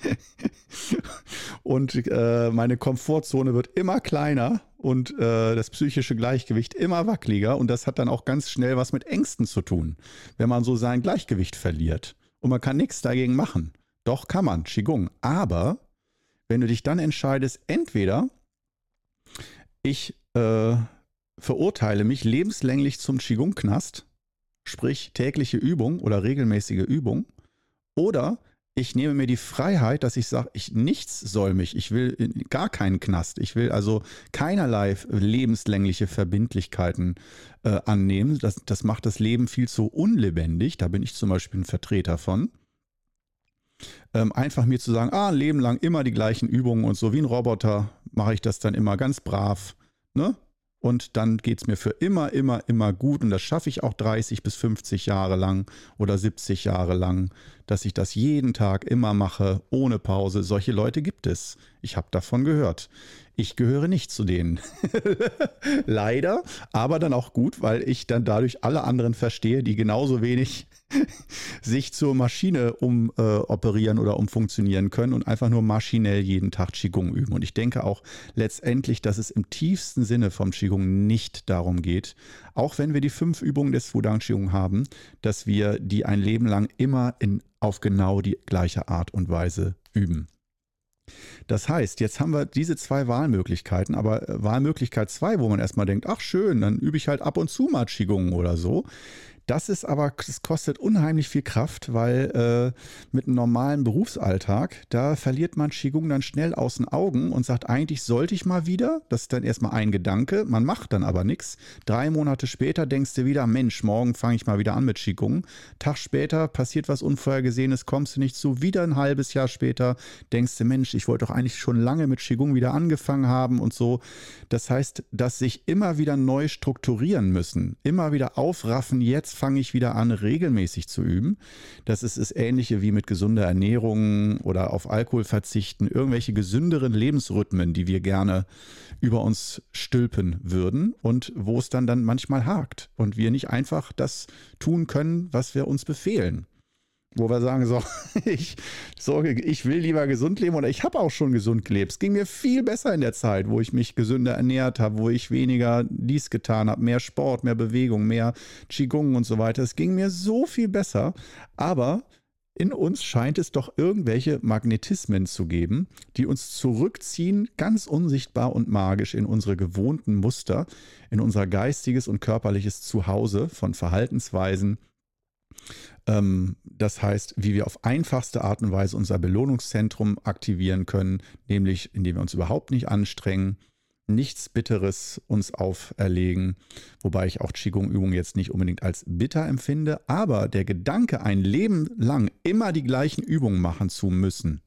[SPEAKER 1] und meine Komfortzone wird immer kleiner und das psychische Gleichgewicht immer wackeliger und das hat dann auch ganz schnell was mit Ängsten zu tun, wenn man so sein Gleichgewicht verliert und man kann nichts dagegen machen. Doch kann man, Qigong, aber wenn du dich dann entscheidest, entweder ich verurteile mich lebenslänglich zum Qigong-Knast, sprich tägliche Übung oder regelmäßige Übung, oder ich nehme mir die Freiheit, dass ich sage, nichts soll mich, ich will gar keinen Knast, ich will also keinerlei lebenslängliche Verbindlichkeiten annehmen. Das macht das Leben viel zu unlebendig, da bin ich zum Beispiel ein Vertreter von. Einfach mir zu sagen, ein Leben lang immer die gleichen Übungen und so wie ein Roboter mache ich das dann immer ganz brav, ne? Und dann geht es mir für immer gut und das schaffe ich auch 30 bis 50 Jahre lang oder 70 Jahre lang, dass ich das jeden Tag immer mache, ohne Pause. Solche Leute gibt es. Ich habe davon gehört. Ich gehöre nicht zu denen. Leider, aber dann auch gut, weil ich dann dadurch alle anderen verstehe, die genauso wenig sich zur Maschine operieren oder umfunktionieren können und einfach nur maschinell jeden Tag Qigong üben. Und ich denke auch letztendlich, dass es im tiefsten Sinne vom Qigong nicht darum geht, auch wenn wir die 5 Übungen des Wudang Qigong haben, dass wir die ein Leben lang immer auf genau die gleiche Art und Weise üben. Das heißt, jetzt haben wir diese 2 Wahlmöglichkeiten, aber Wahlmöglichkeit 2, wo man erstmal denkt, ach schön, dann übe ich halt ab und zu mal Qigong oder so, Das kostet unheimlich viel Kraft, weil mit einem normalen Berufsalltag, da verliert man Qigong dann schnell aus den Augen und sagt, eigentlich sollte ich mal wieder. Das ist dann erstmal ein Gedanke, man macht dann aber nichts. 3 Monate später denkst du wieder, Mensch, morgen fange ich mal wieder an mit Qigong. Tag später passiert was Unvorhergesehenes, kommst du nicht zu. Wieder ein halbes Jahr später denkst du, Mensch, ich wollte doch eigentlich schon lange mit Qigong wieder angefangen haben und so. Das heißt, dass sich immer wieder neu strukturieren müssen, immer wieder aufraffen, jetzt fange ich wieder an, regelmäßig zu üben. Das ist das Ähnliche wie mit gesunder Ernährung oder auf Alkohol verzichten, irgendwelche gesünderen Lebensrhythmen, die wir gerne über uns stülpen würden und wo es dann manchmal hakt und wir nicht einfach das tun können, was wir uns befehlen. Wo wir sagen, ich will lieber gesund leben oder ich habe auch schon gesund gelebt. Es ging mir viel besser in der Zeit, wo ich mich gesünder ernährt habe, wo ich weniger dies getan habe, mehr Sport, mehr Bewegung, mehr Qigong und so weiter. Es ging mir so viel besser, aber in uns scheint es doch irgendwelche Magnetismen zu geben, die uns zurückziehen, ganz unsichtbar und magisch in unsere gewohnten Muster, in unser geistiges und körperliches Zuhause von Verhaltensweisen. Das heißt, wie wir auf einfachste Art und Weise unser Belohnungszentrum aktivieren können, nämlich indem wir uns überhaupt nicht anstrengen, nichts Bitteres uns auferlegen, wobei ich auch Qigong-Übungen jetzt nicht unbedingt als bitter empfinde, aber der Gedanke, ein Leben lang immer die gleichen Übungen machen zu müssen,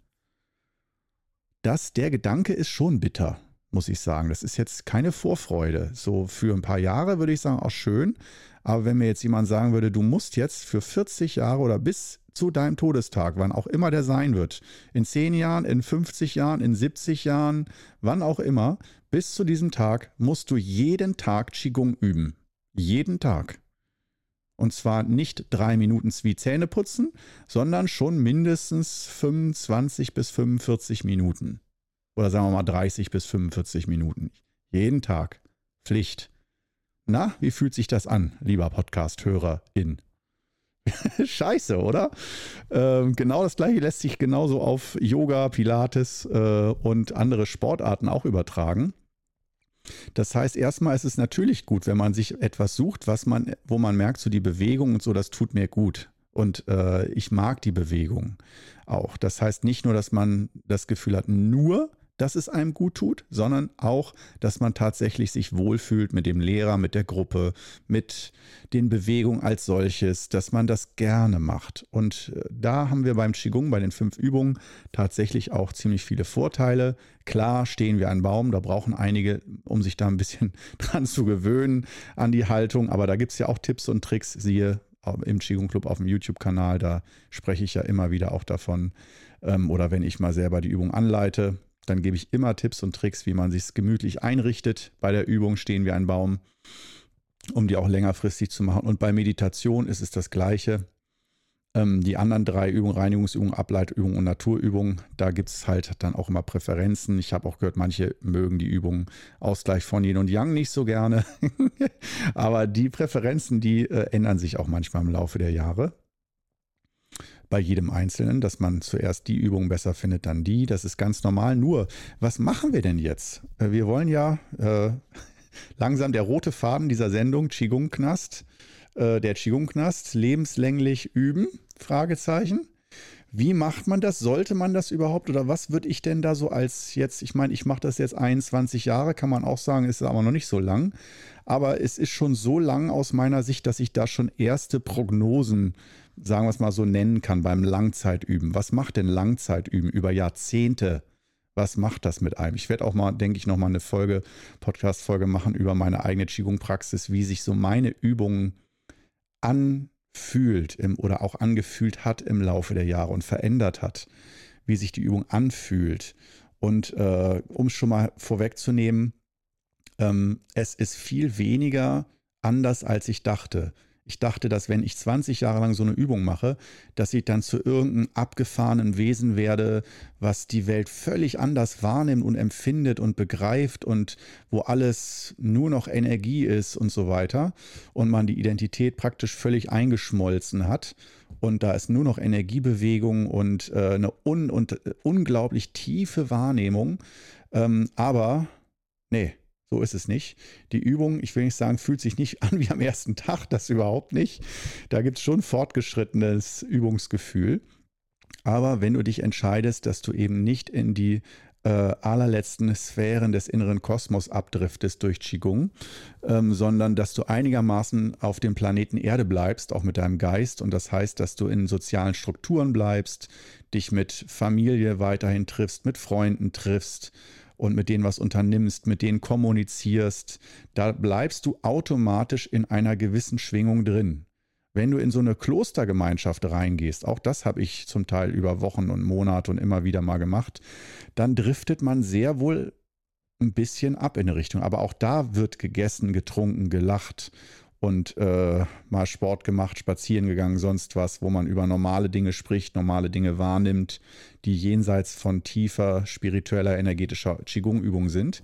[SPEAKER 1] der Gedanke ist schon bitter, muss ich sagen. Das ist jetzt keine Vorfreude. So für ein paar Jahre würde ich sagen, auch schön. Aber wenn mir jetzt jemand sagen würde, du musst jetzt für 40 Jahre oder bis zu deinem Todestag, wann auch immer der sein wird, in 10 Jahren, in 50 Jahren, in 70 Jahren, wann auch immer, bis zu diesem Tag musst du jeden Tag Qigong üben. Jeden Tag. Und zwar nicht 3 Minuten wie Zähne putzen, sondern schon mindestens 25 bis 45 Minuten. Oder sagen wir mal 30 bis 45 Minuten. Jeden Tag. Pflicht. Na, wie fühlt sich das an, lieber Podcast-Hörerin? Scheiße, oder? Genau das Gleiche lässt sich genauso auf Yoga, Pilates und andere Sportarten auch übertragen. Das heißt, erstmal ist es natürlich gut, wenn man sich etwas sucht, wo man merkt, so die Bewegung und so, das tut mir gut. Und ich mag die Bewegung auch. Das heißt nicht nur, dass man das Gefühl hat, nur dass es einem gut tut, sondern auch, dass man tatsächlich sich wohlfühlt mit dem Lehrer, mit der Gruppe, mit den Bewegungen als solches, dass man das gerne macht. Und da haben wir beim Qigong, bei den 5 Übungen, tatsächlich auch ziemlich viele Vorteile. Klar stehen wir einen Baum, da brauchen einige, um sich da ein bisschen dran zu gewöhnen, an die Haltung. Aber da gibt es ja auch Tipps und Tricks, siehe im Qigong Club auf dem YouTube-Kanal, da spreche ich ja immer wieder auch davon. Oder wenn ich mal selber die Übung anleite, dann gebe ich immer Tipps und Tricks, wie man sich gemütlich einrichtet. Bei der Übung stehen wie ein Baum, um die auch längerfristig zu machen. Und bei Meditation ist es das Gleiche. Die anderen 3 Übungen, Reinigungsübungen, Ableitübungen und Naturübungen, da gibt es halt dann auch immer Präferenzen. Ich habe auch gehört, manche mögen die Übungen Ausgleich von Yin und Yang nicht so gerne. Aber die Präferenzen, die ändern sich auch manchmal im Laufe der Jahre. Bei jedem Einzelnen, dass man zuerst die Übung besser findet, dann die. Das ist ganz normal. Nur, was machen wir denn jetzt? Wir wollen ja langsam der rote Faden dieser Sendung, Qigong-Knast, der Qigong-Knast, lebenslänglich üben? Fragezeichen. Wie macht man das? Sollte man das überhaupt? Oder was würde ich denn da so als jetzt, ich meine, ich mache das jetzt 21 Jahre, kann man auch sagen, ist aber noch nicht so lang. Aber es ist schon so lang aus meiner Sicht, dass ich da schon erste Prognosen, sagen wir es mal so, nennen kann beim Langzeitüben. Was macht denn Langzeitüben über Jahrzehnte? Was macht das mit einem? Ich werde auch mal, denke ich, nochmal eine Podcast-Folge machen über meine eigene Qigong-Praxis, wie sich so meine Übungen anfühlt oder auch angefühlt hat im Laufe der Jahre und verändert hat, wie sich die Übung anfühlt. Und um es schon mal vorwegzunehmen, es ist viel weniger anders, als ich dachte. Ich dachte, dass wenn ich 20 Jahre lang so eine Übung mache, dass ich dann zu irgendeinem abgefahrenen Wesen werde, was die Welt völlig anders wahrnimmt und empfindet und begreift und wo alles nur noch Energie ist und so weiter und man die Identität praktisch völlig eingeschmolzen hat und da ist nur noch Energiebewegung und eine unglaublich tiefe Wahrnehmung. Aber nee. So ist es nicht. Die Übung, ich will nicht sagen, fühlt sich nicht an wie am ersten Tag, das überhaupt nicht. Da gibt es schon fortgeschrittenes Übungsgefühl. Aber wenn du dich entscheidest, dass du eben nicht in die allerletzten Sphären des inneren Kosmos abdriftest durch Qigong, sondern dass du einigermaßen auf dem Planeten Erde bleibst, auch mit deinem Geist. Und das heißt, dass du in sozialen Strukturen bleibst, dich mit Familie weiterhin triffst, mit Freunden triffst und mit denen was unternimmst, mit denen kommunizierst. Da bleibst du automatisch in einer gewissen Schwingung drin. Wenn du in so eine Klostergemeinschaft reingehst, auch das habe ich zum Teil über Wochen und Monate und immer wieder mal gemacht, dann driftet man sehr wohl ein bisschen ab in eine Richtung. Aber auch da wird gegessen, getrunken, gelacht und mal Sport gemacht, spazieren gegangen, sonst was, wo man über normale Dinge spricht, normale Dinge wahrnimmt, die jenseits von tiefer spiritueller, energetischer Qigong-Übung sind.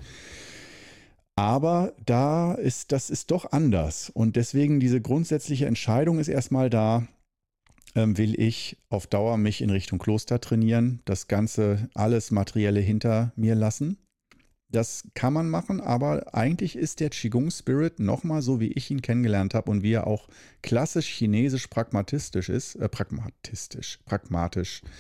[SPEAKER 1] Aber das ist doch anders. Und deswegen diese grundsätzliche Entscheidung ist erstmal da, will ich auf Dauer mich in Richtung Kloster trainieren, das Ganze, alles Materielle hinter mir lassen. Das kann man machen, aber eigentlich ist der Qigong-Spirit nochmal so, wie ich ihn kennengelernt habe und wie er auch klassisch chinesisch pragmatisch ist. Pragmatisch.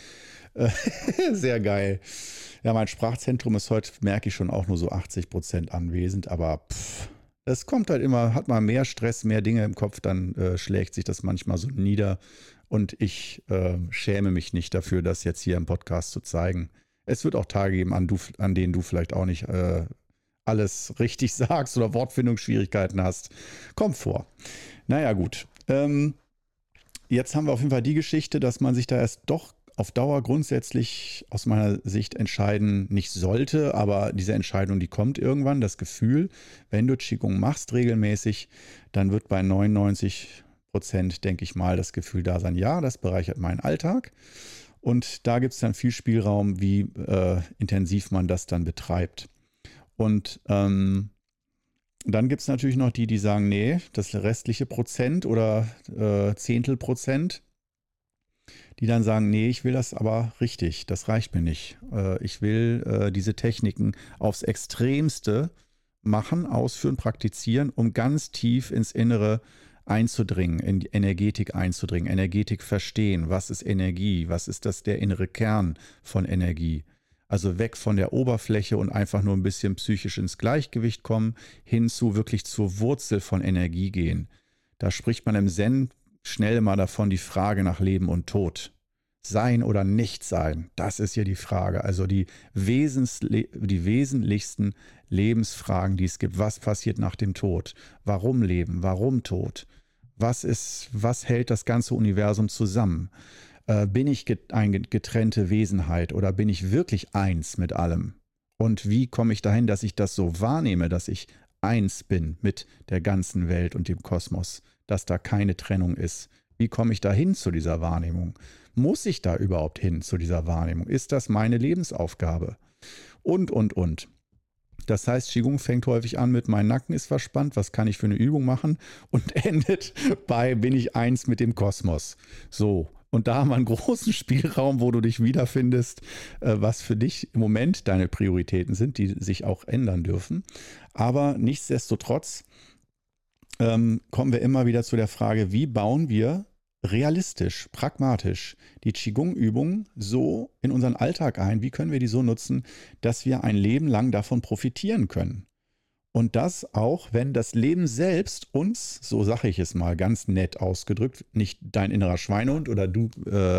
[SPEAKER 1] Sehr geil. Ja, mein Sprachzentrum ist heute, merke ich schon, auch nur so 80% anwesend, aber es kommt halt immer, hat man mehr Stress, mehr Dinge im Kopf, dann schlägt sich das manchmal so nieder und ich schäme mich nicht dafür, das jetzt hier im Podcast zu zeigen. Es wird auch Tage geben, an denen du vielleicht auch nicht alles richtig sagst oder Wortfindungsschwierigkeiten hast. Kommt vor. Naja, gut. Jetzt haben wir auf jeden Fall die Geschichte, dass man sich da erst doch auf Dauer grundsätzlich aus meiner Sicht entscheiden nicht sollte, aber diese Entscheidung, die kommt irgendwann, das Gefühl, wenn du Qigong machst regelmäßig, dann wird bei 99%, denke ich mal, das Gefühl da sein, ja, das bereichert meinen Alltag und da gibt es dann viel Spielraum, wie intensiv man das dann betreibt. Und dann gibt es natürlich noch die sagen, nee, das restliche Prozent oder Zehntelprozent, die dann sagen, nee, ich will das aber richtig, das reicht mir nicht. Ich will diese Techniken aufs Extremste machen, ausführen, praktizieren, um ganz tief ins Innere einzudringen, in die Energetik einzudringen, Energetik verstehen. Was ist Energie? Was ist das der innere Kern von Energie? Also weg von der Oberfläche und einfach nur ein bisschen psychisch ins Gleichgewicht kommen, hin zu wirklich zur Wurzel von Energie gehen. Da spricht man im Zen schnell mal davon, die Frage nach Leben und Tod. Sein oder nicht sein, das ist hier die Frage. Also die wesentlichsten Lebensfragen, die es gibt. Was passiert nach dem Tod? Warum Leben? Warum Tod? Was hält das ganze Universum zusammen? Bin ich eine getrennte Wesenheit oder bin ich wirklich eins mit allem? Und wie komme ich dahin, dass ich das so wahrnehme, dass ich eins bin mit der ganzen Welt und dem Kosmos, dass da keine Trennung ist? Wie komme ich da hin zu dieser Wahrnehmung? Muss ich da überhaupt hin zu dieser Wahrnehmung? Ist das meine Lebensaufgabe? Und. Das heißt, Qigong fängt häufig an mit, mein Nacken ist verspannt, was kann ich für eine Übung machen? Und endet bei, bin ich eins mit dem Kosmos? So. Und da haben wir einen großen Spielraum, wo du dich wiederfindest, was für dich im Moment deine Prioritäten sind, die sich auch ändern dürfen. Aber nichtsdestotrotz kommen wir immer wieder zu der Frage, wie bauen wir realistisch, pragmatisch die Qigong-Übung so in unseren Alltag ein? Wie können wir die so nutzen, dass wir ein Leben lang davon profitieren können? Und das auch, wenn das Leben selbst uns, so sage ich es mal ganz nett ausgedrückt, nicht dein innerer Schweinehund oder du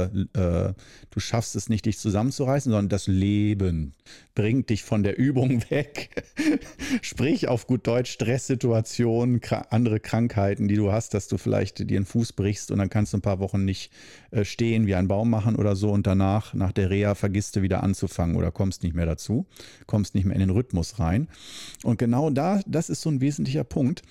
[SPEAKER 1] schaffst es nicht, dich zusammenzureißen, sondern das Leben bringt dich von der Übung weg. Sprich auf gut Deutsch Stresssituationen, andere Krankheiten, die du hast, dass du vielleicht dir einen Fuß brichst und dann kannst du ein paar Wochen nicht stehen, wie ein Baum machen oder so und danach, nach der Reha, vergisst du wieder anzufangen oder kommst nicht mehr dazu, kommst nicht mehr in den Rhythmus rein. Und genau das ist so ein wesentlicher Punkt.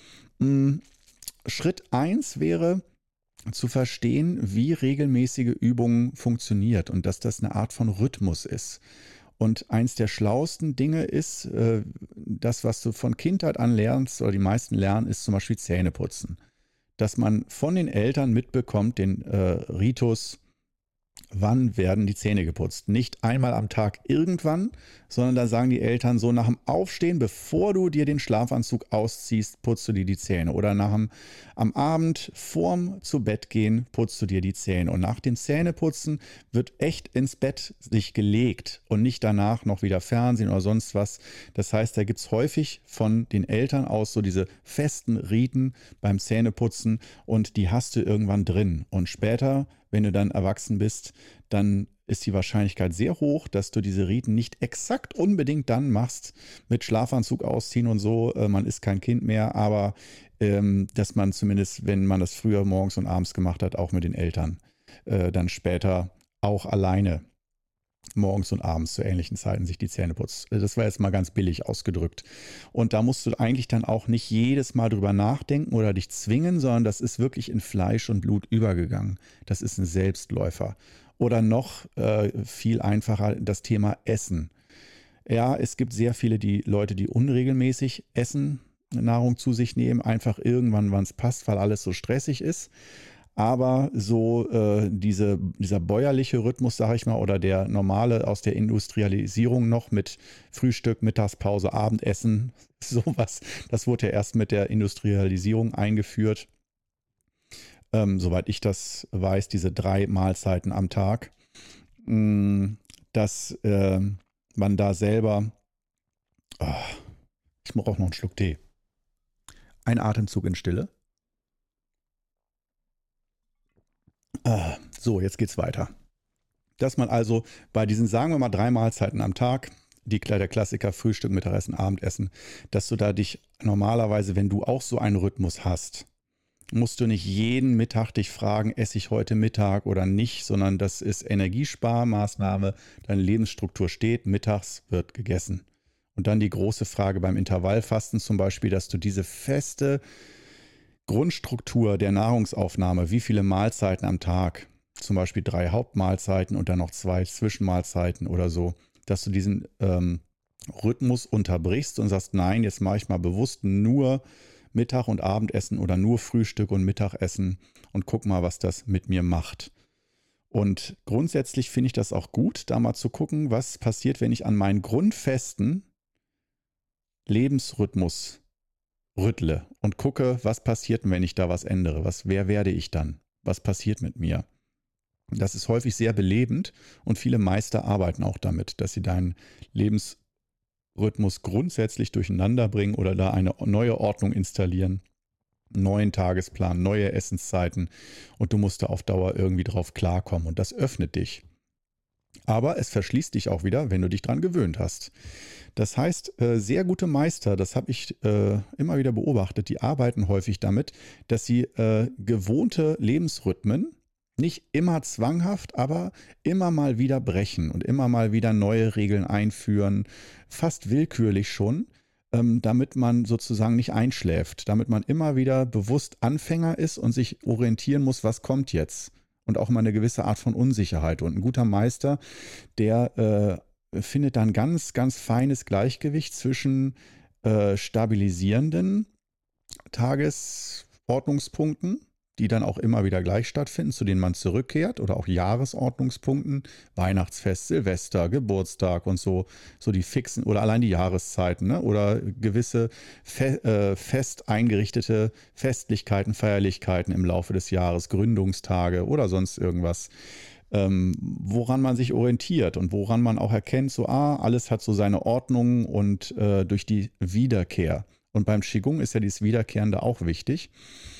[SPEAKER 1] Schritt 1 wäre zu verstehen, wie regelmäßige Übung funktioniert und dass das eine Art von Rhythmus ist. Und eins der schlauesten Dinge ist, das, was du von Kindheit an lernst, oder die meisten lernen, ist zum Beispiel Zähneputzen. Dass man von den Eltern mitbekommt, den Ritus, Wann werden die Zähne geputzt? Nicht einmal am Tag irgendwann, sondern da sagen die Eltern so nach dem Aufstehen, bevor du dir den Schlafanzug ausziehst, putzt du dir die Zähne. Oder am Abend vorm zu Bett gehen, putzt du dir die Zähne. Und nach dem Zähneputzen wird echt ins Bett sich gelegt und nicht danach noch wieder Fernsehen oder sonst was. Das heißt, da gibt es häufig von den Eltern aus so diese festen Riten beim Zähneputzen und die hast du irgendwann drin. Und später, wenn du dann erwachsen bist, dann ist die Wahrscheinlichkeit sehr hoch, dass du diese Riten nicht exakt unbedingt dann machst mit Schlafanzug ausziehen und so. Man ist kein Kind mehr, aber dass man zumindest, wenn man das früher morgens und abends gemacht hat, auch mit den Eltern, dann später auch alleine morgens und abends zu ähnlichen Zeiten sich die Zähne putzt. Das war jetzt mal ganz billig ausgedrückt. Und da musst du eigentlich dann auch nicht jedes Mal drüber nachdenken oder dich zwingen, sondern das ist wirklich in Fleisch und Blut übergegangen. Das ist ein Selbstläufer. Oder noch viel einfacher das Thema Essen. Ja, es gibt sehr viele Leute, die unregelmäßig essen, Nahrung zu sich nehmen, einfach irgendwann, wann es passt, weil alles so stressig ist. Aber so dieser bäuerliche Rhythmus, sage ich mal, oder der normale aus der Industrialisierung noch mit Frühstück, Mittagspause, Abendessen, sowas, das wurde ja erst mit der Industrialisierung eingeführt. Soweit ich das weiß, diese 3 Mahlzeiten am Tag, dass man da selber, ich brauche auch noch einen Schluck Tee. Ein Atemzug in Stille. So, jetzt geht's weiter. Dass man also bei diesen, sagen wir mal, 3 Mahlzeiten am Tag, der Klassiker Frühstück, Mittagessen, Abendessen, dass du da dich normalerweise, wenn du auch so einen Rhythmus hast, musst du nicht jeden Mittag dich fragen, esse ich heute Mittag oder nicht, sondern das ist Energiesparmaßnahme, deine Lebensstruktur steht, mittags wird gegessen. Und dann die große Frage beim Intervallfasten zum Beispiel, dass du diese feste Grundstruktur der Nahrungsaufnahme, wie viele Mahlzeiten am Tag, zum Beispiel 3 Hauptmahlzeiten und dann noch 2 Zwischenmahlzeiten oder so, dass du diesen Rhythmus unterbrichst und sagst, nein, jetzt mache ich mal bewusst nur Mittag- und Abendessen oder nur Frühstück und Mittagessen und guck mal, was das mit mir macht. Und grundsätzlich finde ich das auch gut, da mal zu gucken, was passiert, wenn ich an meinen grundfesten Lebensrhythmus rüttle und gucke, was passiert, wenn ich da was ändere. Wer werde ich dann? Was passiert mit mir? Das ist häufig sehr belebend und viele Meister arbeiten auch damit, dass sie deinen Lebensrhythmus grundsätzlich durcheinander bringen oder da eine neue Ordnung installieren, neuen Tagesplan, neue Essenszeiten und du musst da auf Dauer irgendwie drauf klarkommen und das öffnet dich. Aber es verschließt dich auch wieder, wenn du dich dran gewöhnt hast. Das heißt, sehr gute Meister, das habe ich immer wieder beobachtet, die arbeiten häufig damit, dass sie gewohnte Lebensrhythmen nicht immer zwanghaft, aber immer mal wieder brechen und immer mal wieder neue Regeln einführen, fast willkürlich schon, damit man sozusagen nicht einschläft, damit man immer wieder bewusst Anfänger ist und sich orientieren muss, was kommt jetzt. Und auch mal eine gewisse Art von Unsicherheit. Und ein guter Meister, der findet dann ganz, ganz feines Gleichgewicht zwischen stabilisierenden Tagesordnungspunkten, die dann auch immer wieder gleich stattfinden, zu denen man zurückkehrt, oder auch Jahresordnungspunkten, Weihnachtsfest, Silvester, Geburtstag und so die fixen oder allein die Jahreszeiten, ne? Oder gewisse fest eingerichtete Festlichkeiten, Feierlichkeiten im Laufe des Jahres, Gründungstage oder sonst irgendwas, woran man sich orientiert und woran man auch erkennt, so alles hat so seine Ordnung und durch die Wiederkehr. Und beim Qigong ist ja dieses Wiederkehrende auch wichtig.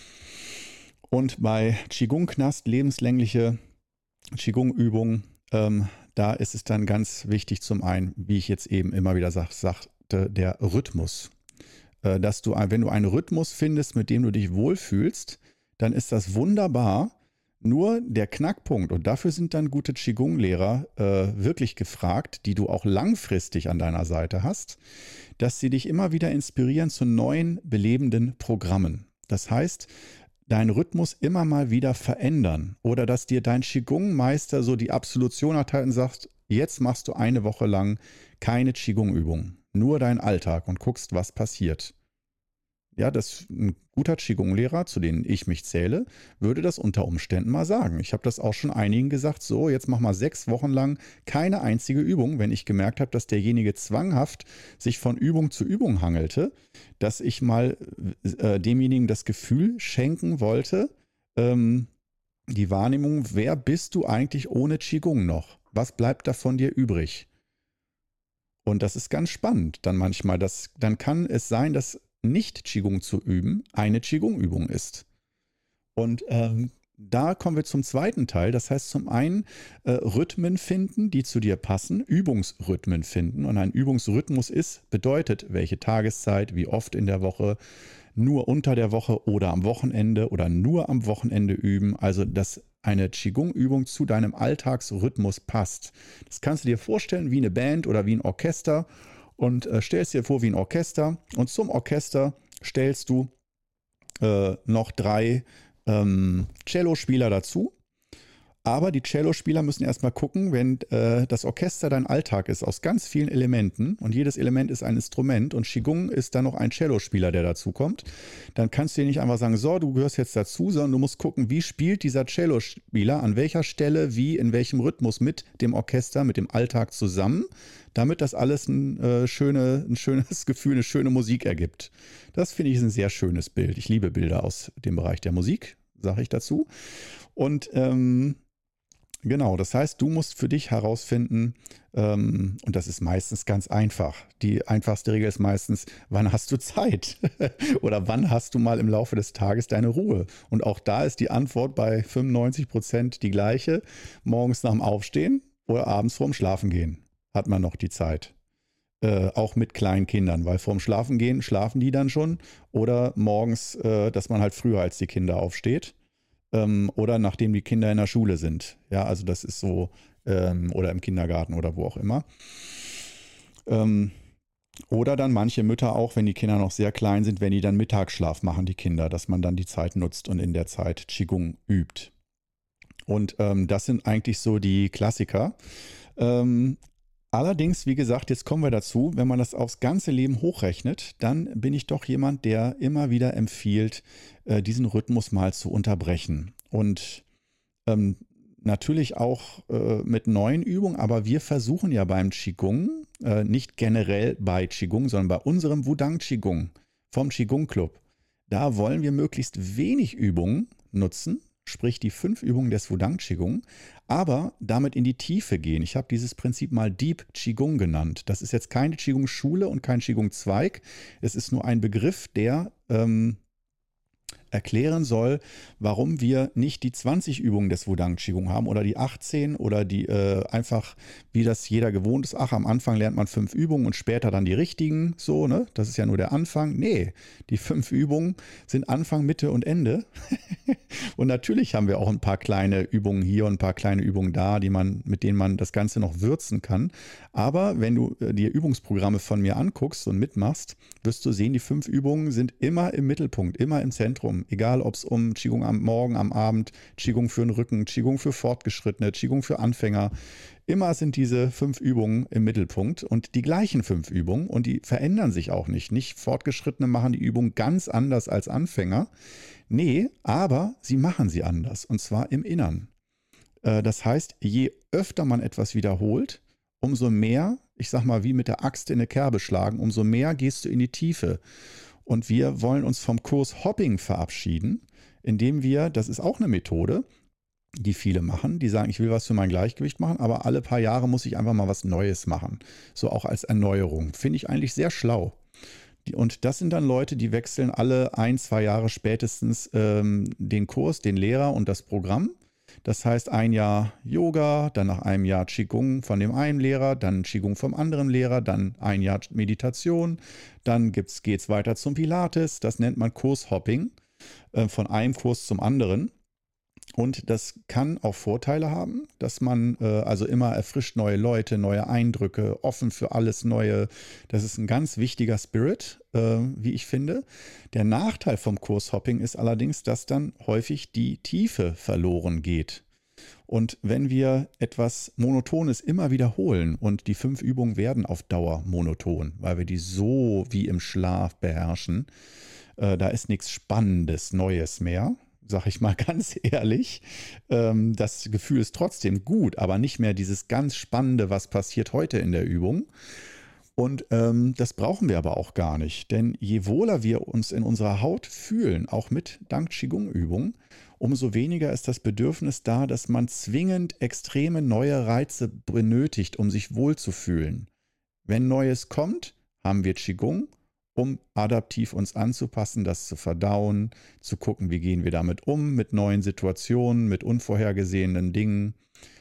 [SPEAKER 1] Und bei Qigong-Knast, lebenslängliche Qigong-Übungen, da ist es dann ganz wichtig zum einen, wie ich jetzt eben immer wieder sagte, der Rhythmus. Dass du, wenn du einen Rhythmus findest, mit dem du dich wohlfühlst, dann ist das wunderbar. Nur der Knackpunkt, und dafür sind dann gute Qigong-Lehrer wirklich gefragt, die du auch langfristig an deiner Seite hast, dass sie dich immer wieder inspirieren zu neuen, belebenden Programmen. Das heißt, deinen Rhythmus immer mal wieder verändern oder dass dir dein Qigong-Meister so die Absolution erteilt und sagt, jetzt machst du eine Woche lang keine Qigong-Übung, nur deinen Alltag und guckst, was passiert. Ja, ein guter Qigong-Lehrer, zu denen ich mich zähle, würde das unter Umständen mal sagen. Ich habe das auch schon einigen gesagt, so, jetzt mach mal 6 Wochen lang keine einzige Übung, wenn ich gemerkt habe, dass derjenige zwanghaft sich von Übung zu Übung hangelte, dass ich mal demjenigen das Gefühl schenken wollte, ähm, die Wahrnehmung, wer bist du eigentlich ohne Qigong noch? Was bleibt da von dir übrig? Und das ist ganz spannend dann manchmal. Dann kann es sein, dass nicht Qigong zu üben eine Qigong-Übung ist. Und da kommen wir zum zweiten Teil. Das heißt zum einen Rhythmen finden, die zu dir passen, Übungsrhythmen finden. Und ein Übungsrhythmus bedeutet, welche Tageszeit, wie oft in der Woche, nur unter der Woche oder am Wochenende oder nur am Wochenende üben. Also, dass eine Qigong-Übung zu deinem Alltagsrhythmus passt. Das kannst du dir vorstellen wie eine Band oder wie ein Orchester und stellst dir vor wie ein Orchester. Und zum Orchester stellst du noch 3 Cellospieler dazu. Aber die Cellospieler müssen erstmal gucken, wenn das Orchester dein Alltag ist, aus ganz vielen Elementen und jedes Element ist ein Instrument und Qigong ist dann noch ein Cellospieler, der dazu kommt, dann kannst du dir nicht einfach sagen, so, du gehörst jetzt dazu, sondern du musst gucken, wie spielt dieser Cellospieler, an welcher Stelle, wie, in welchem Rhythmus mit dem Orchester, mit dem Alltag zusammen, damit das alles ein schönes Gefühl, eine schöne Musik ergibt. Das finde ich ist ein sehr schönes Bild. Ich liebe Bilder aus dem Bereich der Musik, sage ich dazu. Und genau, das heißt, du musst für dich herausfinden, und das ist meistens ganz einfach. Die einfachste Regel ist meistens, wann hast du Zeit? Oder wann hast du mal im Laufe des Tages deine Ruhe? Und auch da ist die Antwort bei 95% die gleiche. Morgens nach dem Aufstehen oder abends vorm Schlafengehen hat man noch die Zeit. Auch mit kleinen Kindern, weil vorm Schlafengehen schlafen die dann schon. Oder morgens, dass man halt früher als die Kinder aufsteht. Oder nachdem die Kinder in der Schule sind. Ja, also das ist so, oder im Kindergarten oder wo auch immer. Oder dann manche Mütter auch, wenn die Kinder noch sehr klein sind, wenn die dann Mittagsschlaf machen, die Kinder, dass man dann die Zeit nutzt und in der Zeit Qigong übt. Und das sind eigentlich so die Klassiker. Allerdings, wie gesagt, jetzt kommen wir dazu, wenn man das aufs ganze Leben hochrechnet, dann bin ich doch jemand, der immer wieder empfiehlt, diesen Rhythmus mal zu unterbrechen. Und natürlich auch mit neuen Übungen, aber wir versuchen ja beim Qigong, nicht generell bei Qigong, sondern bei unserem Wudang Qigong vom Qigong Club, da wollen wir möglichst wenig Übungen nutzen, sprich die 5 Übungen des Wudang Qigong, aber damit in die Tiefe gehen. Ich habe dieses Prinzip mal Deep Qigong genannt. Das ist jetzt keine Qigong-Schule und kein Qigong-Zweig. Es ist nur ein Begriff, der erklären soll, warum wir nicht die 20 Übungen des Wudang Qigong haben oder die 18 oder die einfach, wie das jeder gewohnt ist. Ach, am Anfang lernt man 5 Übungen und später dann die richtigen. So, ne? Das ist ja nur der Anfang. Nee, die 5 Übungen sind Anfang, Mitte und Ende. Und natürlich haben wir auch ein paar kleine Übungen hier und ein paar kleine Übungen da, mit denen man das Ganze noch würzen kann. Aber wenn du dir Übungsprogramme von mir anguckst und mitmachst, wirst du sehen, die 5 Übungen sind immer im Mittelpunkt, immer im Zentrum. Egal, ob es um Qigong am Morgen, am Abend, Qigong für den Rücken, Qigong für Fortgeschrittene, Qigong für Anfänger. Immer sind diese 5 Übungen im Mittelpunkt und die gleichen 5 Übungen und die verändern sich auch nicht. Nicht Fortgeschrittene machen die Übung ganz anders als Anfänger. Nee, aber sie machen sie anders und zwar im Innern. Das heißt, je öfter man etwas wiederholt, umso mehr, ich sag mal, wie mit der Axt in eine Kerbe schlagen, umso mehr gehst du in die Tiefe. Und wir wollen uns vom Kurs Hopping verabschieden, indem wir, das ist auch eine Methode, die viele machen, die sagen, ich will was für mein Gleichgewicht machen, aber alle paar Jahre muss ich einfach mal was Neues machen. So auch als Erneuerung. Finde ich eigentlich sehr schlau. Und das sind dann Leute, die wechseln alle 1-2 Jahre spätestens den Kurs, den Lehrer und das Programm. Das heißt, ein Jahr Yoga, dann nach einem Jahr Qigong von dem einen Lehrer, dann Qigong vom anderen Lehrer, dann ein Jahr Meditation, dann geht es weiter zum Pilates. Das nennt man Kurshopping, von einem Kurs zum anderen. Und das kann auch Vorteile haben, dass man also immer erfrischt neue Leute, neue Eindrücke, offen für alles Neue. Das ist ein ganz wichtiger Spirit, wie ich finde. Der Nachteil vom Kurshopping ist allerdings, dass dann häufig die Tiefe verloren geht. Und wenn wir etwas Monotones immer wiederholen und die 5 Übungen werden auf Dauer monoton, weil wir die so wie im Schlaf beherrschen, Da ist nichts Spannendes, Neues mehr, sag ich mal ganz ehrlich. Das Gefühl ist trotzdem gut, aber nicht mehr dieses ganz Spannende, was passiert heute in der Übung. Und das brauchen wir aber auch gar nicht, denn je wohler wir uns in unserer Haut fühlen, auch mit dank Qigong-Übungen, umso weniger ist das Bedürfnis da, dass man zwingend extreme neue Reize benötigt, um sich wohlzufühlen. Wenn Neues kommt, haben wir Qigong, um adaptiv uns anzupassen, das zu verdauen, zu gucken, wie gehen wir damit um, mit neuen Situationen, mit unvorhergesehenen Dingen.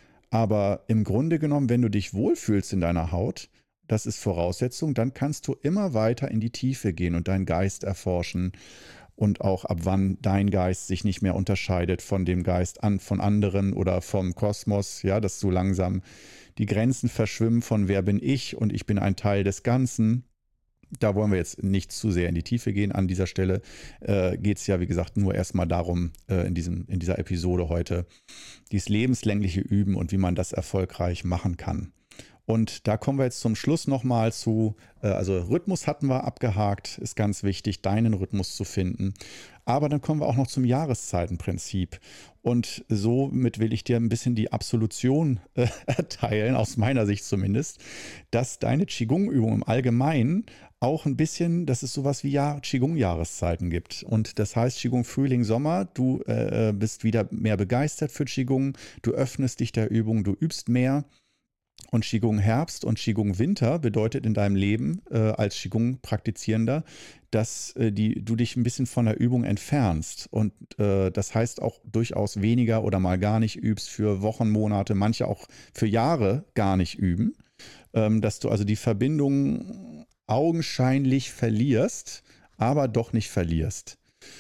[SPEAKER 1] Aber im Grunde genommen, wenn du dich wohlfühlst in deiner Haut, das ist Voraussetzung, dann kannst du immer weiter in die Tiefe gehen und deinen Geist erforschen und auch ab wann dein Geist sich nicht mehr unterscheidet von dem Geist von anderen oder vom Kosmos, ja, dass so langsam die Grenzen verschwimmen von wer bin ich und ich bin ein Teil des Ganzen. Da wollen wir jetzt nicht zu sehr in die Tiefe gehen. An dieser Stelle geht es ja, wie gesagt, nur erstmal darum, in dieser Episode heute, dieses lebenslängliche Üben und wie man das erfolgreich machen kann. Und da kommen wir jetzt zum Schluss nochmal zu, also Rhythmus hatten wir abgehakt, ist ganz wichtig, deinen Rhythmus zu finden. Aber dann kommen wir auch noch zum Jahreszeitenprinzip. Und somit will ich dir ein bisschen die Absolution erteilen, aus meiner Sicht zumindest, dass deine Qigong-Übung im Allgemeinen auch ein bisschen, dass es sowas wie Qigong-Jahreszeiten gibt. Und das heißt Qigong Frühling, Sommer, du bist wieder mehr begeistert für Qigong, du öffnest dich der Übung, du übst mehr. Und Qigong Herbst und Qigong Winter bedeutet in deinem Leben als Qigong-Praktizierender, dass du dich ein bisschen von der Übung entfernst. Und das heißt auch durchaus weniger oder mal gar nicht übst für Wochen, Monate, manche auch für Jahre gar nicht üben. Dass du also die Verbindung augenscheinlich verlierst, aber doch nicht verlierst.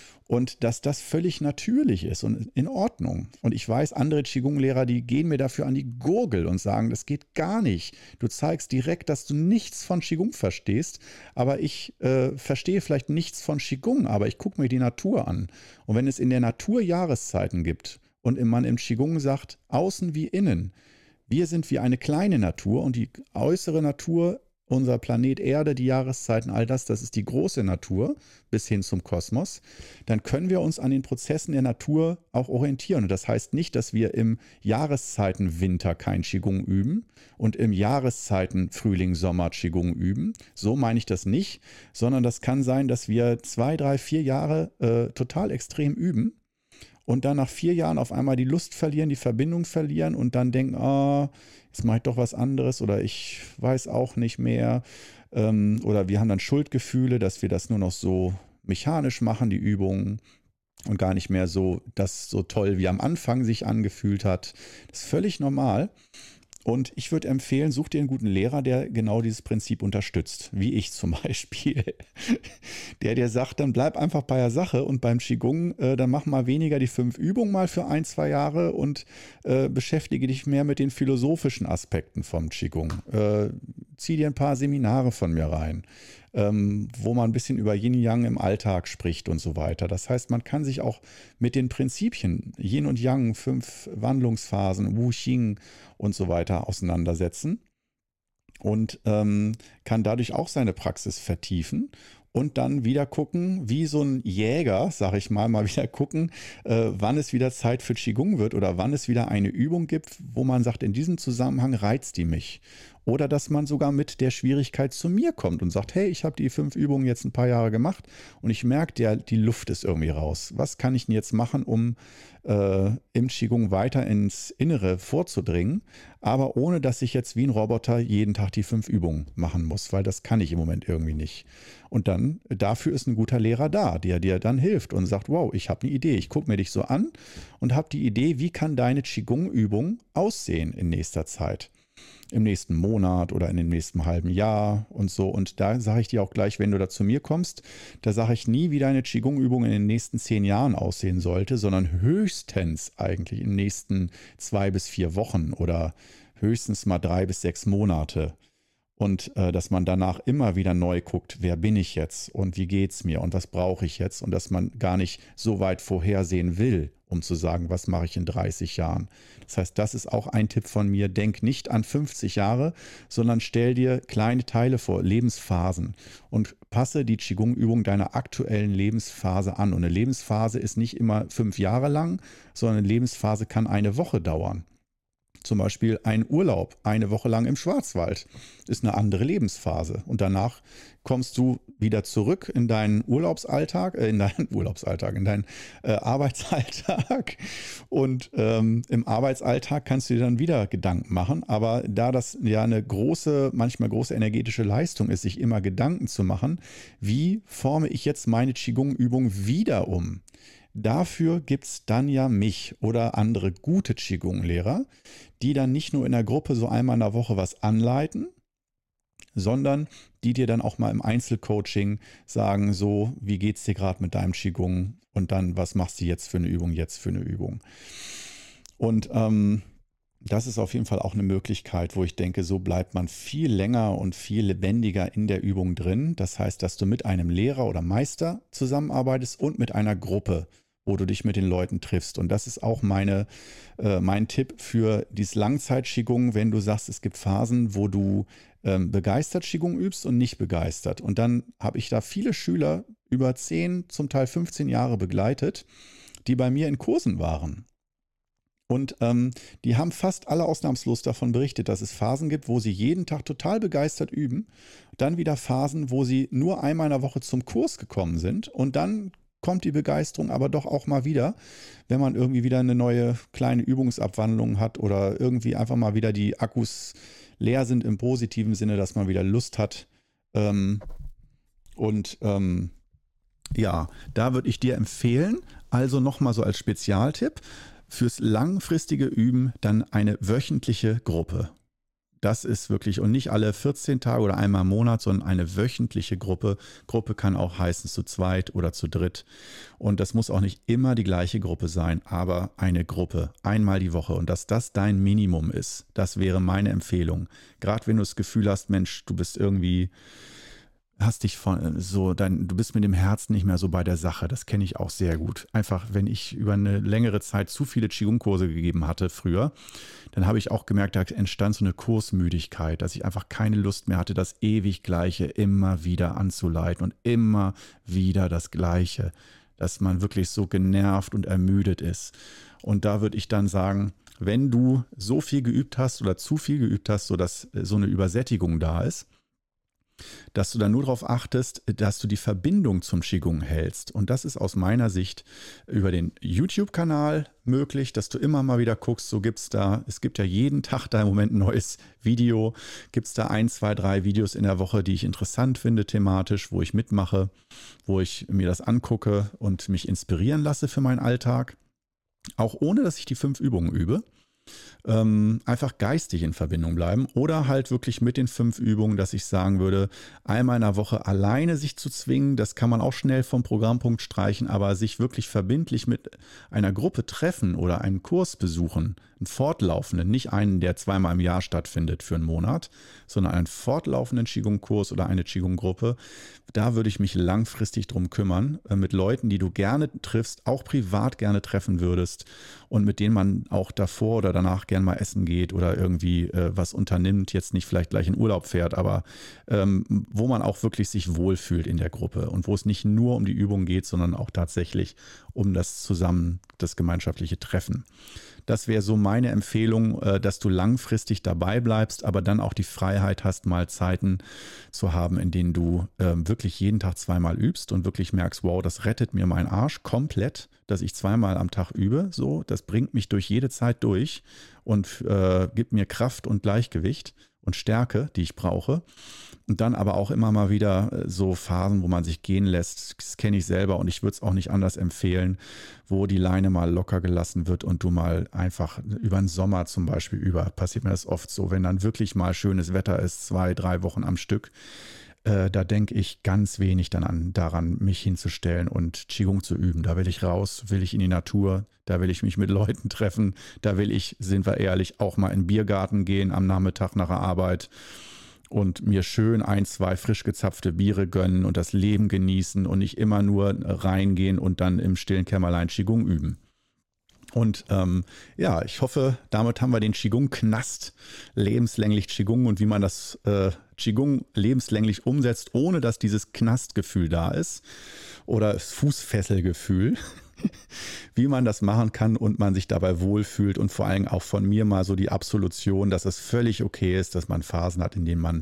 [SPEAKER 1] Und dass das völlig natürlich ist und in Ordnung. Und ich weiß, andere Qigong-Lehrer, die gehen mir dafür an die Gurgel und sagen, das geht gar nicht. Du zeigst direkt, dass du nichts von Qigong verstehst, aber ich verstehe vielleicht nichts von Qigong, aber ich gucke mir die Natur an. Und wenn es in der Natur Jahreszeiten gibt und man im Qigong sagt, außen wie innen, wir sind wie eine kleine Natur und die äußere Natur, unser Planet Erde, die Jahreszeiten, all das ist die große Natur bis hin zum Kosmos, dann können wir uns an den Prozessen der Natur auch orientieren. Und das heißt nicht, dass wir im Jahreszeiten-Winter kein Qigong üben und im Jahreszeiten Frühling, Sommer Qigong üben. So meine ich das nicht, sondern das kann sein, dass wir 2, 3, 4 Jahre total extrem üben und dann nach 4 Jahren auf einmal die Lust verlieren, die Verbindung verlieren und dann denken, jetzt mache ich doch was anderes oder ich weiß auch nicht mehr. Oder wir haben dann Schuldgefühle, dass wir das nur noch so mechanisch machen, die Übungen und gar nicht mehr so toll wie am Anfang sich angefühlt hat. Das ist völlig normal. Und ich würde empfehlen, such dir einen guten Lehrer, der genau dieses Prinzip unterstützt, wie ich zum Beispiel. Der dir sagt, dann bleib einfach bei der Sache und beim Qigong, dann mach mal weniger die 5 Übungen mal für 1, 2 Jahre und beschäftige dich mehr mit den philosophischen Aspekten vom Qigong. Zieh dir ein paar Seminare von mir rein, wo man ein bisschen über Yin-Yang im Alltag spricht und so weiter. Das heißt, man kann sich auch mit den Prinzipien Yin und Yang, 5 Wandlungsphasen, Wu-Xing und so weiter auseinandersetzen und kann dadurch auch seine Praxis vertiefen und dann wieder gucken, wie so ein Jäger, sag ich mal wieder gucken, wann es wieder Zeit für Qigong wird oder wann es wieder eine Übung gibt, wo man sagt, in diesem Zusammenhang reizt die mich. Oder dass man sogar mit der Schwierigkeit zu mir kommt und sagt, hey, ich habe die 5 Übungen jetzt ein paar Jahre gemacht und ich merke, die Luft ist irgendwie raus. Was kann ich denn jetzt machen, um im Qigong weiter ins Innere vorzudringen, aber ohne, dass ich jetzt wie ein Roboter jeden Tag die 5 Übungen machen muss, weil das kann ich im Moment irgendwie nicht. Und dann, dafür ist ein guter Lehrer da, der dir dann hilft und sagt, wow, ich habe eine Idee, ich gucke mir dich so an und habe die Idee, wie kann deine Qigong-Übung aussehen in nächster Zeit. Im nächsten Monat oder in dem nächsten halben Jahr und so. Und da sage ich dir auch gleich, wenn du da zu mir kommst, da sage ich nie, wie deine Qigong-Übung in den nächsten 10 Jahren aussehen sollte, sondern höchstens eigentlich in den nächsten 2 bis 4 Wochen oder höchstens mal 3 bis 6 Monate. Und dass man danach immer wieder neu guckt, wer bin ich jetzt und wie geht's mir und was brauche ich jetzt? Und dass man gar nicht so weit vorhersehen will, um zu sagen, was mache ich in 30 Jahren. Das heißt, das ist auch ein Tipp von mir. Denk nicht an 50 Jahre, sondern stell dir kleine Teile vor, Lebensphasen, und passe die Qigong-Übung deiner aktuellen Lebensphase an. Und eine Lebensphase ist nicht immer 5 Jahre lang, sondern eine Lebensphase kann eine Woche dauern. Zum Beispiel ein Urlaub, eine Woche lang im Schwarzwald, ist eine andere Lebensphase. Und danach kommst du wieder zurück in deinen in deinen Arbeitsalltag. Und im Arbeitsalltag kannst du dir dann wieder Gedanken machen. Aber da das ja eine manchmal große energetische Leistung ist, sich immer Gedanken zu machen, wie forme ich jetzt meine Qigong-Übung wieder um? Dafür gibt es dann ja mich oder andere gute Qigong-Lehrer, die dann nicht nur in der Gruppe so einmal in der Woche was anleiten, sondern die dir dann auch mal im Einzelcoaching sagen, so, wie geht's dir gerade mit deinem Qigong und dann, was machst du jetzt für eine Übung. Und das ist auf jeden Fall auch eine Möglichkeit, wo ich denke, so bleibt man viel länger und viel lebendiger in der Übung drin. Das heißt, dass du mit einem Lehrer oder Meister zusammenarbeitest und mit einer Gruppe, wo du dich mit den Leuten triffst. Und das ist auch mein Tipp für dieses Langzeit-Qigong, wenn du sagst, es gibt Phasen, wo du begeistert Qigong übst und nicht begeistert. Und dann habe ich da viele Schüler über 10, zum Teil 15 Jahre begleitet, die bei mir in Kursen waren. Und die haben fast alle ausnahmslos davon berichtet, dass es Phasen gibt, wo sie jeden Tag total begeistert üben. Dann wieder Phasen, wo sie nur einmal in der Woche zum Kurs gekommen sind. Und dann kommt die Begeisterung aber doch auch mal wieder, wenn man irgendwie wieder eine neue kleine Übungsabwandlung hat oder irgendwie einfach mal wieder die Akkus leer sind im positiven Sinne, dass man wieder Lust hat. Ja, da würde ich dir empfehlen, also nochmal so als Spezialtipp, fürs langfristige Üben dann eine wöchentliche Gruppe. Das ist wirklich, und nicht alle 14 Tage oder einmal im Monat, sondern eine wöchentliche Gruppe. Gruppe kann auch heißen zu zweit oder zu dritt. Und das muss auch nicht immer die gleiche Gruppe sein, aber eine Gruppe, einmal die Woche. Und dass das dein Minimum ist, das wäre meine Empfehlung. Gerade wenn du das Gefühl hast, Mensch, du bist irgendwie, du bist mit dem Herzen nicht mehr so bei der Sache. Das kenne ich auch sehr gut. Einfach, wenn ich über eine längere Zeit zu viele Qigong-Kurse gegeben hatte früher, dann habe ich auch gemerkt, da entstand so eine Kursmüdigkeit, dass ich einfach keine Lust mehr hatte, das ewig Gleiche immer wieder anzuleiten und immer wieder das Gleiche, dass man wirklich so genervt und ermüdet ist. Und da würde ich dann sagen, wenn du so viel geübt hast oder zu viel geübt hast, sodass so eine Übersättigung da ist, dass du dann nur darauf achtest, dass du die Verbindung zum Qigong hältst. Und das ist aus meiner Sicht über den YouTube-Kanal möglich, dass du immer mal wieder guckst, es gibt ja jeden Tag da im Moment ein neues Video, gibt es da 1, 2, 3 Videos in der Woche, die ich interessant finde thematisch, wo ich mitmache, wo ich mir das angucke und mich inspirieren lasse für meinen Alltag, auch ohne, dass ich die 5 Übungen übe. Einfach geistig in Verbindung bleiben oder halt wirklich mit den 5 Übungen, dass ich sagen würde, einmal in der Woche alleine sich zu zwingen, das kann man auch schnell vom Programmpunkt streichen, aber sich wirklich verbindlich mit einer Gruppe treffen oder einen Kurs besuchen, einen fortlaufenden, nicht einen, der 2-mal im Jahr stattfindet für einen Monat, sondern einen fortlaufenden Qigong-Kurs oder eine Qigong-Gruppe, da würde ich mich langfristig drum kümmern, mit Leuten, die du gerne triffst, auch privat gerne treffen würdest und mit denen man auch davor oder danach gern mal essen geht oder irgendwie was unternimmt, jetzt nicht vielleicht gleich in Urlaub fährt, aber wo man auch wirklich sich wohlfühlt in der Gruppe und wo es nicht nur um die Übung geht, sondern auch tatsächlich um das gemeinschaftliche Treffen. Das wäre so meine Empfehlung, dass du langfristig dabei bleibst, aber dann auch die Freiheit hast, mal Zeiten zu haben, in denen du wirklich jeden Tag 2-mal übst und wirklich merkst, wow, das rettet mir meinen Arsch komplett, dass ich 2-mal am Tag übe. So, das bringt mich durch jede Zeit durch und gibt mir Kraft und Gleichgewicht und Stärke, die ich brauche. Und dann aber auch immer mal wieder so Phasen, wo man sich gehen lässt. Das kenne ich selber und ich würde es auch nicht anders empfehlen, wo die Leine mal locker gelassen wird und du mal einfach über den Sommer zum Beispiel passiert mir das oft so, wenn dann wirklich mal schönes Wetter ist, 2, 3 Wochen am Stück, da denke ich ganz wenig dann daran, mich hinzustellen und Qigong zu üben. Da will ich raus, will ich in die Natur, da will ich mich mit Leuten treffen, da will ich, sind wir ehrlich, auch mal in den Biergarten gehen am Nachmittag nach der Arbeit. und mir schön 1, 2 frisch gezapfte Biere gönnen und das Leben genießen und nicht immer nur reingehen und dann im stillen Kämmerlein Qigong üben. Und ja, ich hoffe, damit haben wir den Qigong-Knast, lebenslänglich Qigong und wie man das Qigong lebenslänglich umsetzt, ohne dass dieses Knastgefühl da ist oder das Fußfesselgefühl, wie man das machen kann und man sich dabei wohlfühlt und vor allem auch von mir mal so die Absolution, dass es völlig okay ist, dass man Phasen hat, in denen man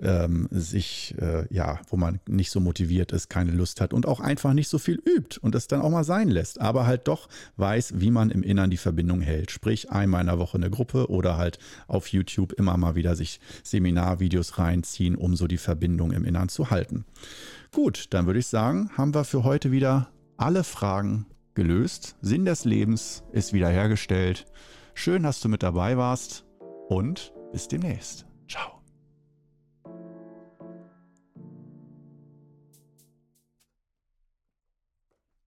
[SPEAKER 1] wo man nicht so motiviert ist, keine Lust hat und auch einfach nicht so viel übt und das dann auch mal sein lässt, aber halt doch weiß, wie man im Innern die Verbindung hält. Sprich, einmal in der Woche eine Gruppe oder halt auf YouTube immer mal wieder sich Seminarvideos reinziehen, um so die Verbindung im Innern zu halten. Gut, dann würde ich sagen, haben wir für heute wieder alle Fragen gelöst. Sinn des Lebens ist wiederhergestellt. Schön, dass du mit dabei warst und bis demnächst. Ciao.